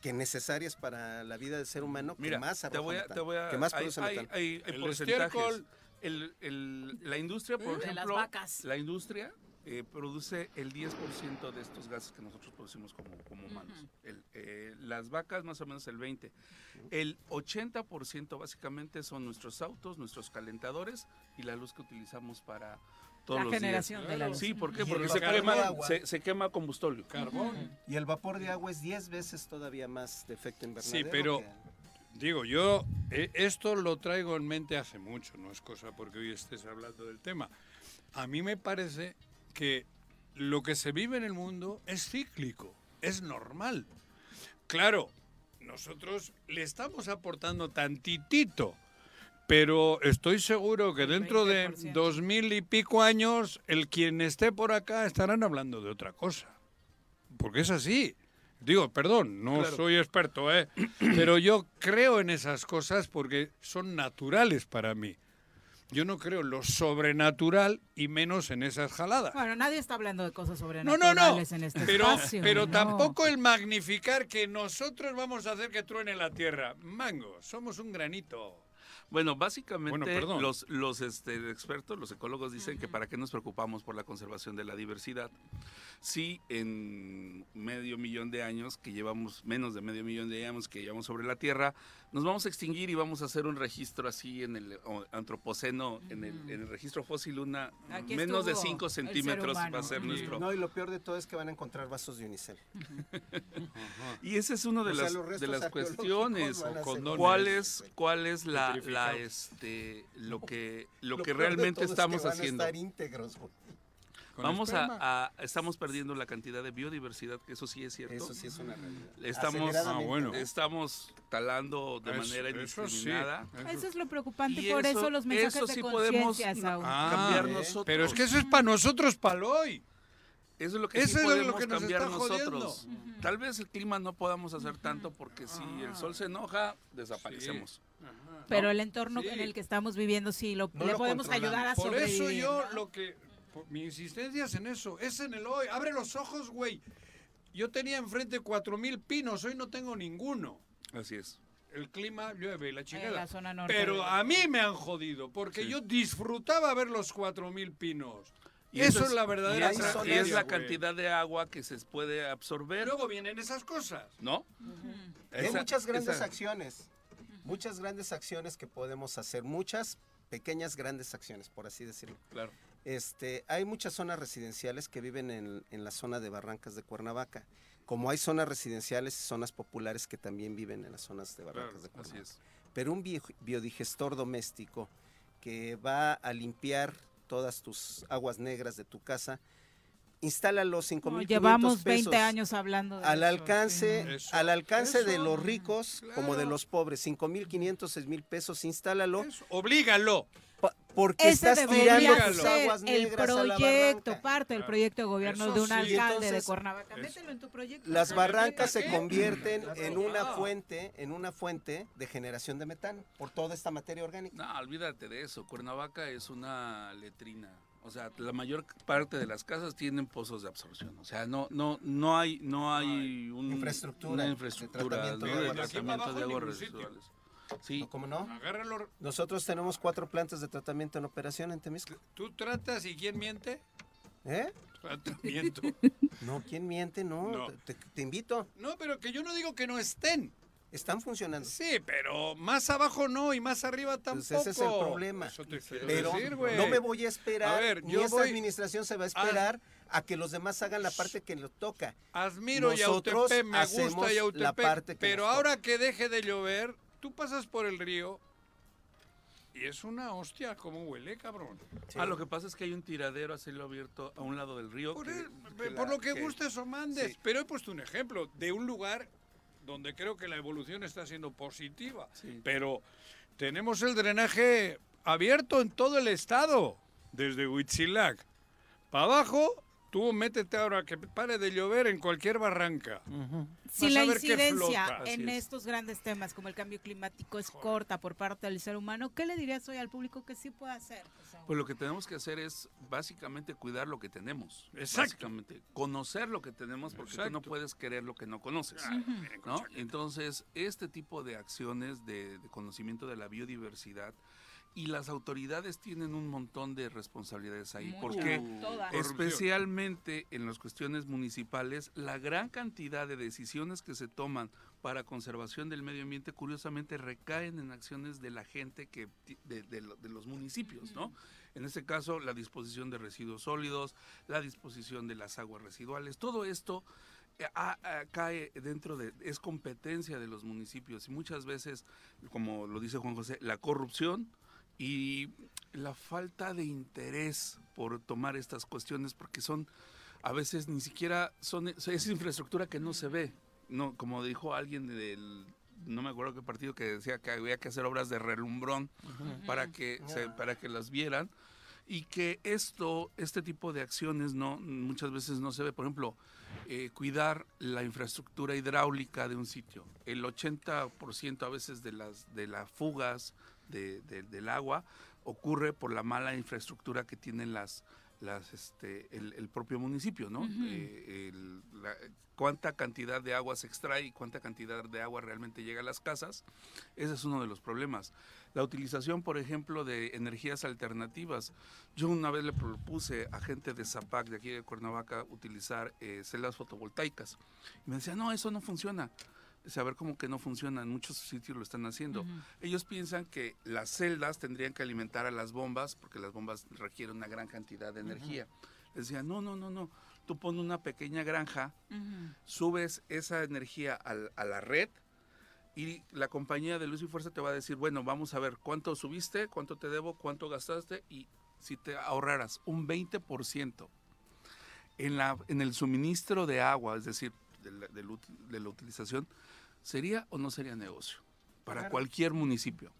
que necesarias para la vida del ser humano, Mira, que más arroja metal, que más produce metal. Hay porcentajes. La industria, por ejemplo, las vacas. La industria produce el 10% de estos gases que nosotros producimos como humanos. Las vacas más o menos el 20%. El 80% básicamente son nuestros autos, nuestros calentadores y la luz que utilizamos para todos los generación días. de la luz. Sí, ¿por qué? Y Porque se quema combustible. Carbón. Y el vapor de agua es 10 veces todavía más de efecto invernadero. Sí, pero digo, yo esto lo traigo en mente hace mucho, no es cosa porque hoy estés hablando del tema. A mí me parece que lo que se vive en el mundo es cíclico, es normal. Claro, nosotros le estamos aportando tantitito, pero estoy seguro que dentro de 2000 y pico años, el quien esté por acá estarán hablando de otra cosa. Porque es así. Digo, perdón, no soy experto, pero yo creo en esas cosas porque son naturales para mí. Yo no creo en lo sobrenatural y menos en esas jaladas. Bueno, nadie está hablando de cosas sobrenaturales en este espacio. Pero tampoco el magnificar que nosotros vamos a hacer que truene la tierra. Mango, somos un granito. Bueno, básicamente los expertos, los ecólogos dicen que para qué nos preocupamos por la conservación de la diversidad. Si en medio millón de años que llevamos, menos de medio millón de años que llevamos sobre la Tierra, nos vamos a extinguir y vamos a hacer un registro así en el antropoceno, en el registro fósil, menos de 5 centímetros va a ser nuestro. No, y lo peor de todo es que van a encontrar vasos de unicel. Y ese es uno de las cuestiones. ¿Cuál es lo que realmente estamos haciendo? Van a estar íntegros, estamos perdiendo la cantidad de biodiversidad, que eso sí es cierto. Eso sí es una realidad. Estamos talando de manera indiscriminada. Eso es lo preocupante, por eso los mensajes de conciencia, Saúl. Cambiar nosotros. Pero es que eso es para nosotros, para hoy. Eso es lo que sí podemos cambiar nosotros. Tal vez el clima no podamos hacer tanto porque si el sol se enoja, desaparecemos. Pero el entorno en el que estamos viviendo sí le podemos ayudar a sobrevivir. Por eso yo mi insistencia es en eso, es en el hoy. Abre los ojos, güey. Yo tenía enfrente 4,000 pinos, hoy no tengo ninguno. Así es. El clima llueve y la chingada. La zona norte. Pero a mí me han jodido, porque yo disfrutaba ver los 4,000 pinos. Y eso es la verdadera y es la cantidad de agua que se puede absorber. Luego vienen esas cosas, ¿no? Hay muchas grandes acciones. Muchas grandes acciones que podemos hacer. Muchas pequeñas grandes acciones, por así decirlo. Claro. Hay muchas zonas residenciales que viven en la zona de Barrancas de Cuernavaca. Como hay zonas residenciales y zonas populares que también viven en las zonas de Barrancas de Cuernavaca. Así es. Pero un biodigestor doméstico que va a limpiar todas tus aguas negras de tu casa, instálalo, 5,500 pesos. Llevamos 20 años hablando de al alcance de los ricos como de los pobres, 5,500, 6,000 pesos, instálalo. Oblígalo. Porque estás tirando tus ser aguas negras el a la proyecto, barranca. parte del proyecto de gobierno de un alcalde entonces, de Cuernavaca. Mételo en tu proyecto. Las barrancas se convierten en una fuente de generación de metano por toda esta materia orgánica. No, olvídate de eso. Cuernavaca es una letrina. O sea, la mayor parte de las casas tienen pozos de absorción. O sea, no hay una infraestructura de tratamiento de aguas residuales. Sí. ¿Cómo no? Agárralo. Nosotros tenemos 4 plantas de tratamiento en operación en Temisco. ¿Tú tratas y quién miente? Tratamiento. No, ¿quién miente? No. Te invito. No, pero que yo no digo que no estén. Están funcionando. Sí, pero más abajo no y más arriba tampoco. Pues ese es el problema. Eso te quiero pero decir, güey. No me voy a esperar, ni esta administración se va a esperar a que los demás hagan la parte que les toca. Admiro Yautepec, me gusta Yautepec, pero ahora que deje de llover, tú pasas por el río y es una hostia como huele, cabrón. Sí. Lo que pasa es que hay un tiradero a cielo abierto a un lado del río. Por lo que gustes o mandes. Sí. Pero he puesto un ejemplo de un lugar donde creo que la evolución está siendo positiva. Sí. Pero tenemos el drenaje abierto en todo el estado, desde Huitzilac para abajo, Tú métete ahora que pare de llover en cualquier barranca. Si la incidencia en estos grandes temas como el cambio climático es corta por parte del ser humano, ¿qué le dirías hoy al público que sí puede hacer? Pues lo que tenemos que hacer es básicamente cuidar lo que tenemos. Exacto. Básicamente, conocer lo que tenemos, porque tú no puedes querer lo que no conoces. ¿No? Entonces, este tipo de acciones de conocimiento de la biodiversidad, y las autoridades tienen un montón de responsabilidades ahí, porque especialmente en las cuestiones municipales, la gran cantidad de decisiones que se toman para conservación del medio ambiente, curiosamente recaen en acciones de la gente de los municipios, ¿no? En este caso, la disposición de residuos sólidos, la disposición de las aguas residuales, todo esto cae es competencia de los municipios, y muchas veces, como lo dice Juan José, la corrupción y la falta de interés por tomar estas cuestiones, porque a veces ni siquiera es infraestructura que no se ve, no, como dijo alguien no me acuerdo qué partido, que decía que había que hacer obras de relumbrón para que las vieran, y que este tipo de acciones muchas veces no se ve. Por ejemplo, cuidar la infraestructura hidráulica de un sitio. El 80% a veces de las fugas del agua ocurre por la mala infraestructura que tienen el propio municipio, ¿no? Cuánta cantidad de agua se extrae y cuánta cantidad de agua realmente llega a las casas, ese es uno de los problemas. La utilización, por ejemplo, de energías alternativas. Yo una vez le propuse a gente de Zapac, de aquí de Cuernavaca, utilizar celdas fotovoltaicas. Y me decían, no, eso no funciona. Saber cómo que no funciona, en muchos sitios lo están haciendo. Ellos piensan que las celdas tendrían que alimentar a las bombas, porque las bombas requieren una gran cantidad de energía. Les decía, no, tú pones una pequeña granja, subes esa energía a la red, y la compañía de Luz y Fuerza te va a decir, bueno, vamos a ver cuánto subiste, cuánto te debo, cuánto gastaste, y si te ahorraras un 20% en el suministro de agua, es decir, de la utilización, ¿sería o no sería negocio? Para cualquier municipio,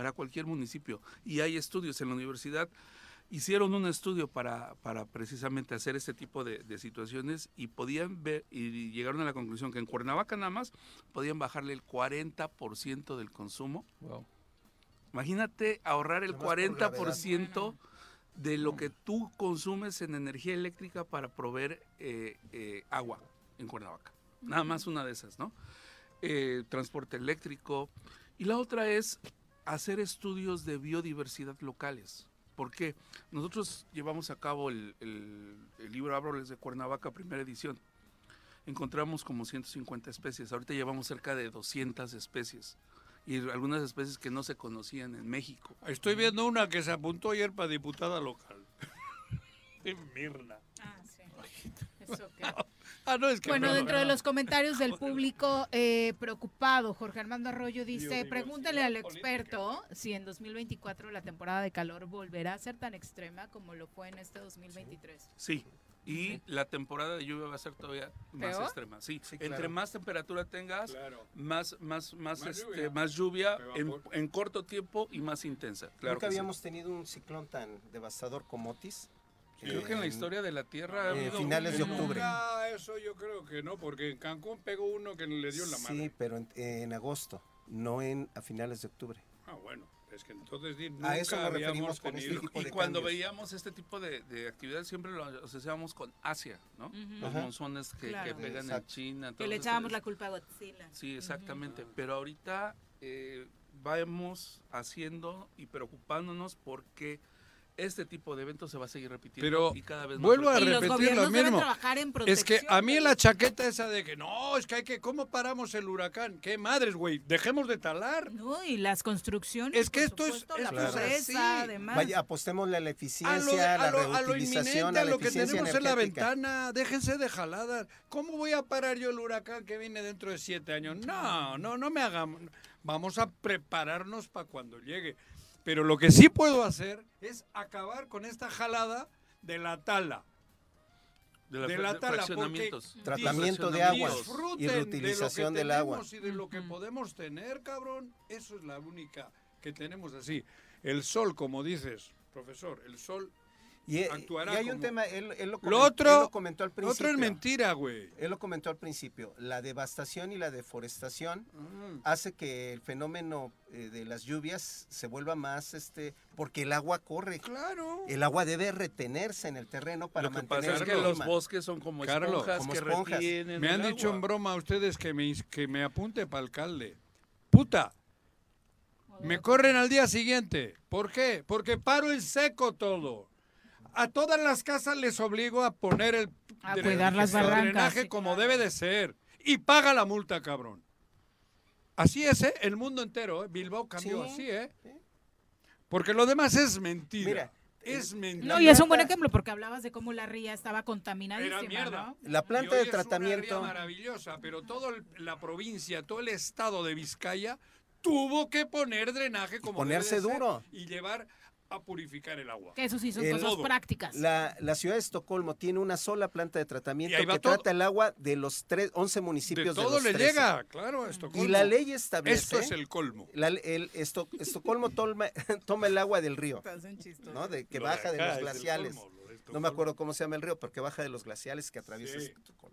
Y hay estudios en la universidad, hicieron un estudio para precisamente hacer este tipo de situaciones, y podían ver, y llegaron a la conclusión que en Cuernavaca nada más podían bajarle el 40% del consumo. Wow. Imagínate ahorrar el 40% de lo que tú consumes en energía eléctrica para proveer agua en Cuernavaca. Nada más una de esas, ¿no? Transporte eléctrico. Y la otra es hacer estudios de biodiversidad locales. ¿Por qué? Nosotros llevamos a cabo el libro Árboles de Cuernavaca, primera edición. Encontramos como 150 especies. Ahorita llevamos cerca de 200 especies. Y algunas especies que no se conocían en México. Estoy viendo una que se apuntó ayer para diputada local. Mirna. Ah, sí. Eso que... Bueno, dentro de los comentarios del público preocupado, Jorge Armando Arroyo dice, pregúntale al experto si en 2024 la temporada de calor volverá a ser tan extrema como lo fue en este 2023. Sí, y la temporada de lluvia va a ser todavía más extrema. Sí, claro. Entre más temperatura tengas, más lluvia en corto tiempo y más intensa. Claro. Nunca habíamos tenido un ciclón tan devastador como Otis. Creo que en la historia de la Tierra ha habido finales de octubre. Eso yo creo que no, porque en Cancún pegó uno que le dio en la mano. Sí, pero en agosto, no a finales de octubre. Ah, bueno, es que entonces a eso nos referimos con este tipo de cuando cambios. Veíamos este tipo de actividades siempre lo asociábamos con Asia, ¿no? Los monzones que pegan en China. Que le echábamos la culpa a Godzilla. Sí, exactamente, pero ahorita vamos haciendo y preocupándonos porque este tipo de eventos se va a seguir repitiendo, y cada vez más. Vuelvo a repetir lo mismo. Es que a mí la chaqueta esa de que no, es que ¿cómo paramos el huracán? ¿Qué madres, güey? Dejemos de talar. No, y las construcciones. Es que esto es la pobreza, además. Vaya, apostémosle a la eficiencia, a la reutilización, a lo que tenemos en la ventana. Déjense de jaladas. ¿Cómo voy a parar yo el huracán que viene dentro de 7 años? No me hagamos. Vamos a prepararnos para cuando llegue. Pero lo que sí puedo hacer es acabar con esta jalada de la tala. De la tala, porque tratamiento de aguas y reutilización del agua. Y de lo que podemos tener, cabrón, eso es la única que tenemos así. El sol, como dices, profesor, el sol. Y hay un como... tema, él lo comentó al principio. Lo otro es mentira, güey. Él lo comentó al principio. La devastación y la deforestación hace que el fenómeno de las lluvias se vuelva más, porque el agua corre. Claro. El agua debe retenerse en el terreno para mantener el clima. Lo que pasa es que los bosques son como esponjas que retienen. Me han el dicho agua. en broma a ustedes que me apunte para alcalde. Puta. Me corren al día siguiente. ¿Por qué? Porque paro el seco todo. A todas las casas les obligo a poner cuidar las barrancas, drenaje como debe de ser. Y paga la multa, cabrón. Así es, ¿eh? El mundo entero, ¿eh? Bilbao cambió así, ¿eh? Porque lo demás es mentira. Mira, es mentira. No, y es un buen ejemplo porque hablabas de cómo la ría estaba contaminadísima, Era mierda. ¿no? La planta de Es tratamiento... una ría maravillosa, pero toda la provincia, todo el estado de Vizcaya tuvo que poner drenaje como ponerse debe de ser duro y llevar a purificar el agua. Que eso sí son cosas prácticas. La ciudad de Estocolmo tiene una sola planta de tratamiento que trata el agua de los 11 municipios de todo los le 13. llega, claro, a Estocolmo. Y la ley establece... Esto es el colmo. Estocolmo toma el agua del río, ¿no? Que baja de los glaciales. No me acuerdo cómo se llama el río, porque baja de los glaciales que atraviesa Estocolmo.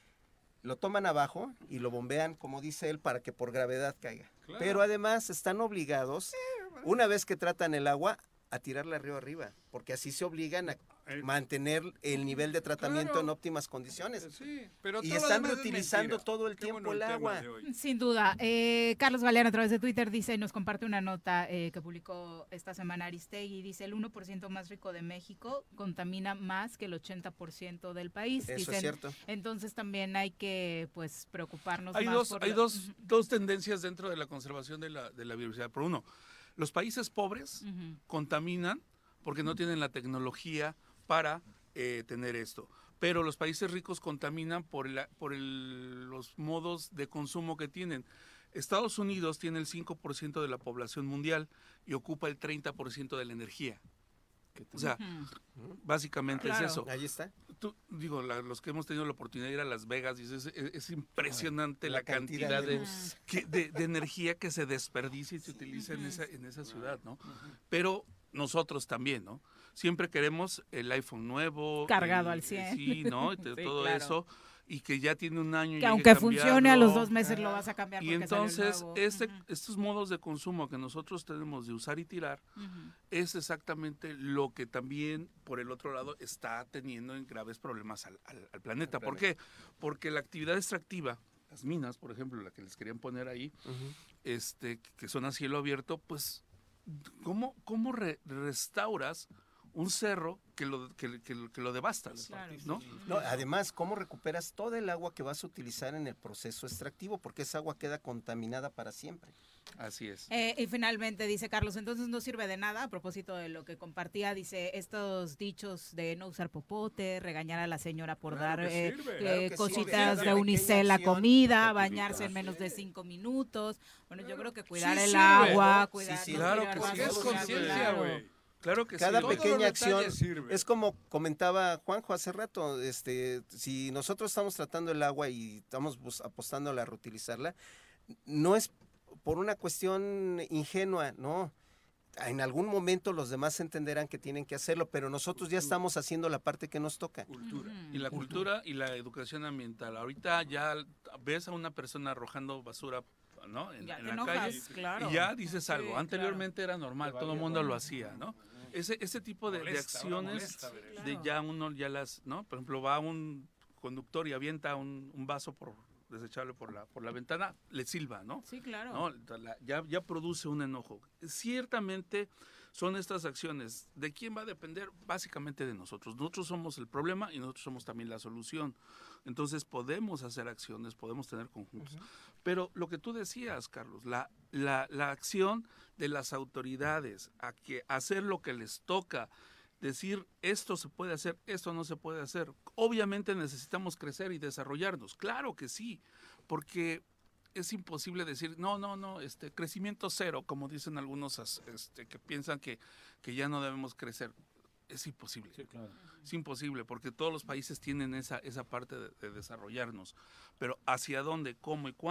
Lo toman abajo y lo bombean, como dice él, para que por gravedad caiga. Claro. Pero además están obligados, una vez que tratan el agua, a tirarla río arriba, porque así se obligan a mantener el nivel de tratamiento en óptimas condiciones. Sí, pero y están reutilizando todo el tiempo el agua. Sin duda. Carlos Galeano a través de Twitter dice, nos comparte una nota que publicó esta semana Aristegui, dice el 1% más rico de México contamina más que el 80% del país. Eso Dicen, es cierto. Entonces también hay que preocuparnos hay más. Hay dos tendencias dentro de la conservación de la biodiversidad. Por uno, los países pobres contaminan porque no tienen la tecnología para tener esto. Pero los países ricos contaminan por los modos de consumo que tienen. Estados Unidos tiene el 5% de la población mundial y ocupa el 30% de la energía. O sea, básicamente es eso. Ahí está. Los que hemos tenido la oportunidad de ir a Las Vegas, es impresionante la cantidad de energía que se desperdicia y se utiliza en esa ciudad, ¿no? Pero nosotros también, ¿no? Siempre queremos el iPhone nuevo. Cargado al 100. Sí, ¿no? Todo eso. Y que ya tiene un año. Que aunque funcione a los 2 meses lo vas a cambiar. Y entonces estos modos de consumo que nosotros tenemos de usar y tirar es exactamente lo que también por el otro lado está teniendo en graves problemas al planeta. ¿Por qué? Porque la actividad extractiva, las minas, por ejemplo, la que les querían poner ahí, que son a cielo abierto, pues ¿cómo restauras un cerro que lo devastas? Claro, ¿no? No, además, ¿cómo recuperas toda el agua que vas a utilizar en el proceso extractivo? Porque esa agua queda contaminada para siempre. Así es. Y finalmente dice Carlos, entonces no sirve de nada, a propósito de lo que compartía, dice, estos dichos de no usar popote, regañar a la señora por dar cositas de unicel a comida, bañarse en menos de 5 minutos. Bueno, yo creo que cuidar el agua, cuidar... Claro que sí, es conciencia, güey. Claro que cada sí. pequeña acción es como comentaba Juanjo hace rato, si nosotros estamos tratando el agua y estamos apostando a reutilizarla, no es por una cuestión ingenua, no. En algún momento los demás entenderán que tienen que hacerlo, pero nosotros ya estamos haciendo la parte que nos toca. Cultura. Y la cultura y la educación ambiental. Ahorita ya ves a una persona arrojando basura, ¿no? en la calle, claro. Y ya dices algo. Sí, anteriormente era normal, todo el mundo lo hacía, ¿no? Ese tipo de acciones, ya uno ya las, ¿no? Por ejemplo, va un conductor y avienta un vaso desechable por la ventana, le silba, ¿no? Sí, claro. ¿No? Ya produce un enojo. Ciertamente son estas acciones. ¿De quién va a depender? Básicamente de nosotros. Nosotros somos el problema y nosotros somos también la solución. Entonces podemos hacer acciones, podemos tener conjuntos. Pero lo que tú decías, Carlos, la acción de las autoridades a hacer lo que les toca, decir esto se puede hacer, esto no se puede hacer. Obviamente necesitamos crecer y desarrollarnos, claro que sí, porque es imposible decir no, crecimiento cero, como dicen algunos que piensan que ya no debemos crecer. Es imposible. Sí, claro. Es imposible porque todos los países tienen esa parte de desarrollarnos. Pero hacia dónde, cómo y cuándo,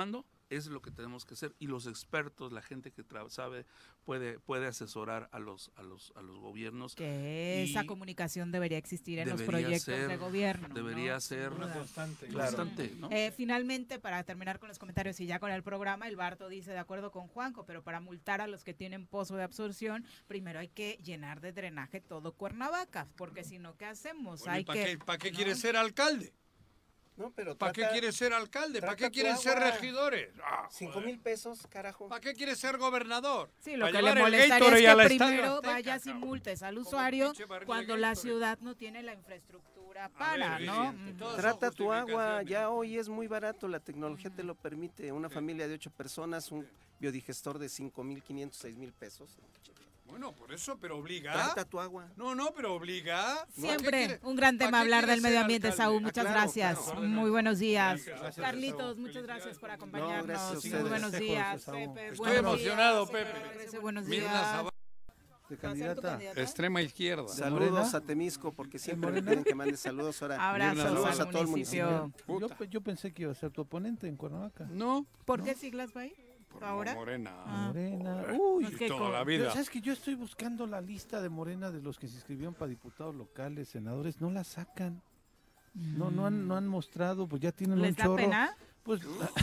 Es lo que tenemos que hacer, y los expertos, la gente que sabe, puede asesorar a los gobiernos. Que esa comunicación debería existir en los proyectos de gobierno. Debería ser constante. ¿no? Finalmente, para terminar con los comentarios y ya con el programa, el Barto dice, de acuerdo con Juanjo, pero para multar a los que tienen pozo de absorción, primero hay que llenar de drenaje todo Cuernavaca, porque si no, ¿qué hacemos? ¿Para qué quieres ser alcalde? No, pero ¿para qué quieres ser alcalde? ¿Para qué quieres ser regidores? 5,000 pesos, carajo. ¿Para qué quieres ser gobernador? Sí, lo que le molestaría es que primero vayas y multes al usuario cuando la ciudad no tiene la infraestructura para, ¿no? Trata tu agua, ya hoy es muy barato, la tecnología te lo permite. Una familia de 8 personas, un biodigestor de 5,500, 6,000 pesos. Bueno, por eso, pero obliga. Trata tu agua. No, pero obliga. Siempre un gran tema hablar del medio ambiente, Saúl. Muchas gracias. Claro. Muy buenos días. Gracias, Carlitos, muchas gracias por acompañarnos. Gracias muy buenos días, Pepe. Estoy emocionado, Pepe. Buenos días. De candidata. Extrema izquierda. Saludos a Temisco, porque siempre me piden que mande saludos. Ahora, saludos a todo el municipio. Yo pensé que iba a ser tu oponente en Cuernavaca. No. ¿Por qué siglas va ahí? ¿Ahora? Morena. Morena. Uy, toda la vida. ¿Sabes que yo estoy buscando la lista de Morena de los que se inscribieron para diputados locales, senadores? No la sacan. No han mostrado, pues ya tienen un chorro. ¿Les da pena? Pues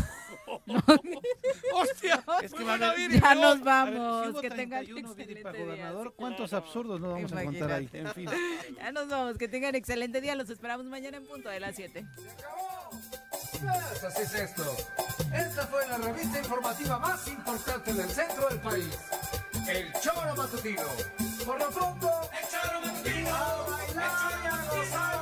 ¡Hostia! Es que ya nos vamos. Si hubo que tengan 31 excelente para día. gobernador, Sí, ¿cuántos claro. absurdos no vamos a encontrar ahí? En fin. Ya nos vamos. Que tengan excelente día. Los esperamos mañana en punto de las 7. Pues así es esto. Esta fue la revista informativa más importante del centro del país. El Choro Matutino. Por lo pronto, el Choro Matutino. A bailar y a gozar.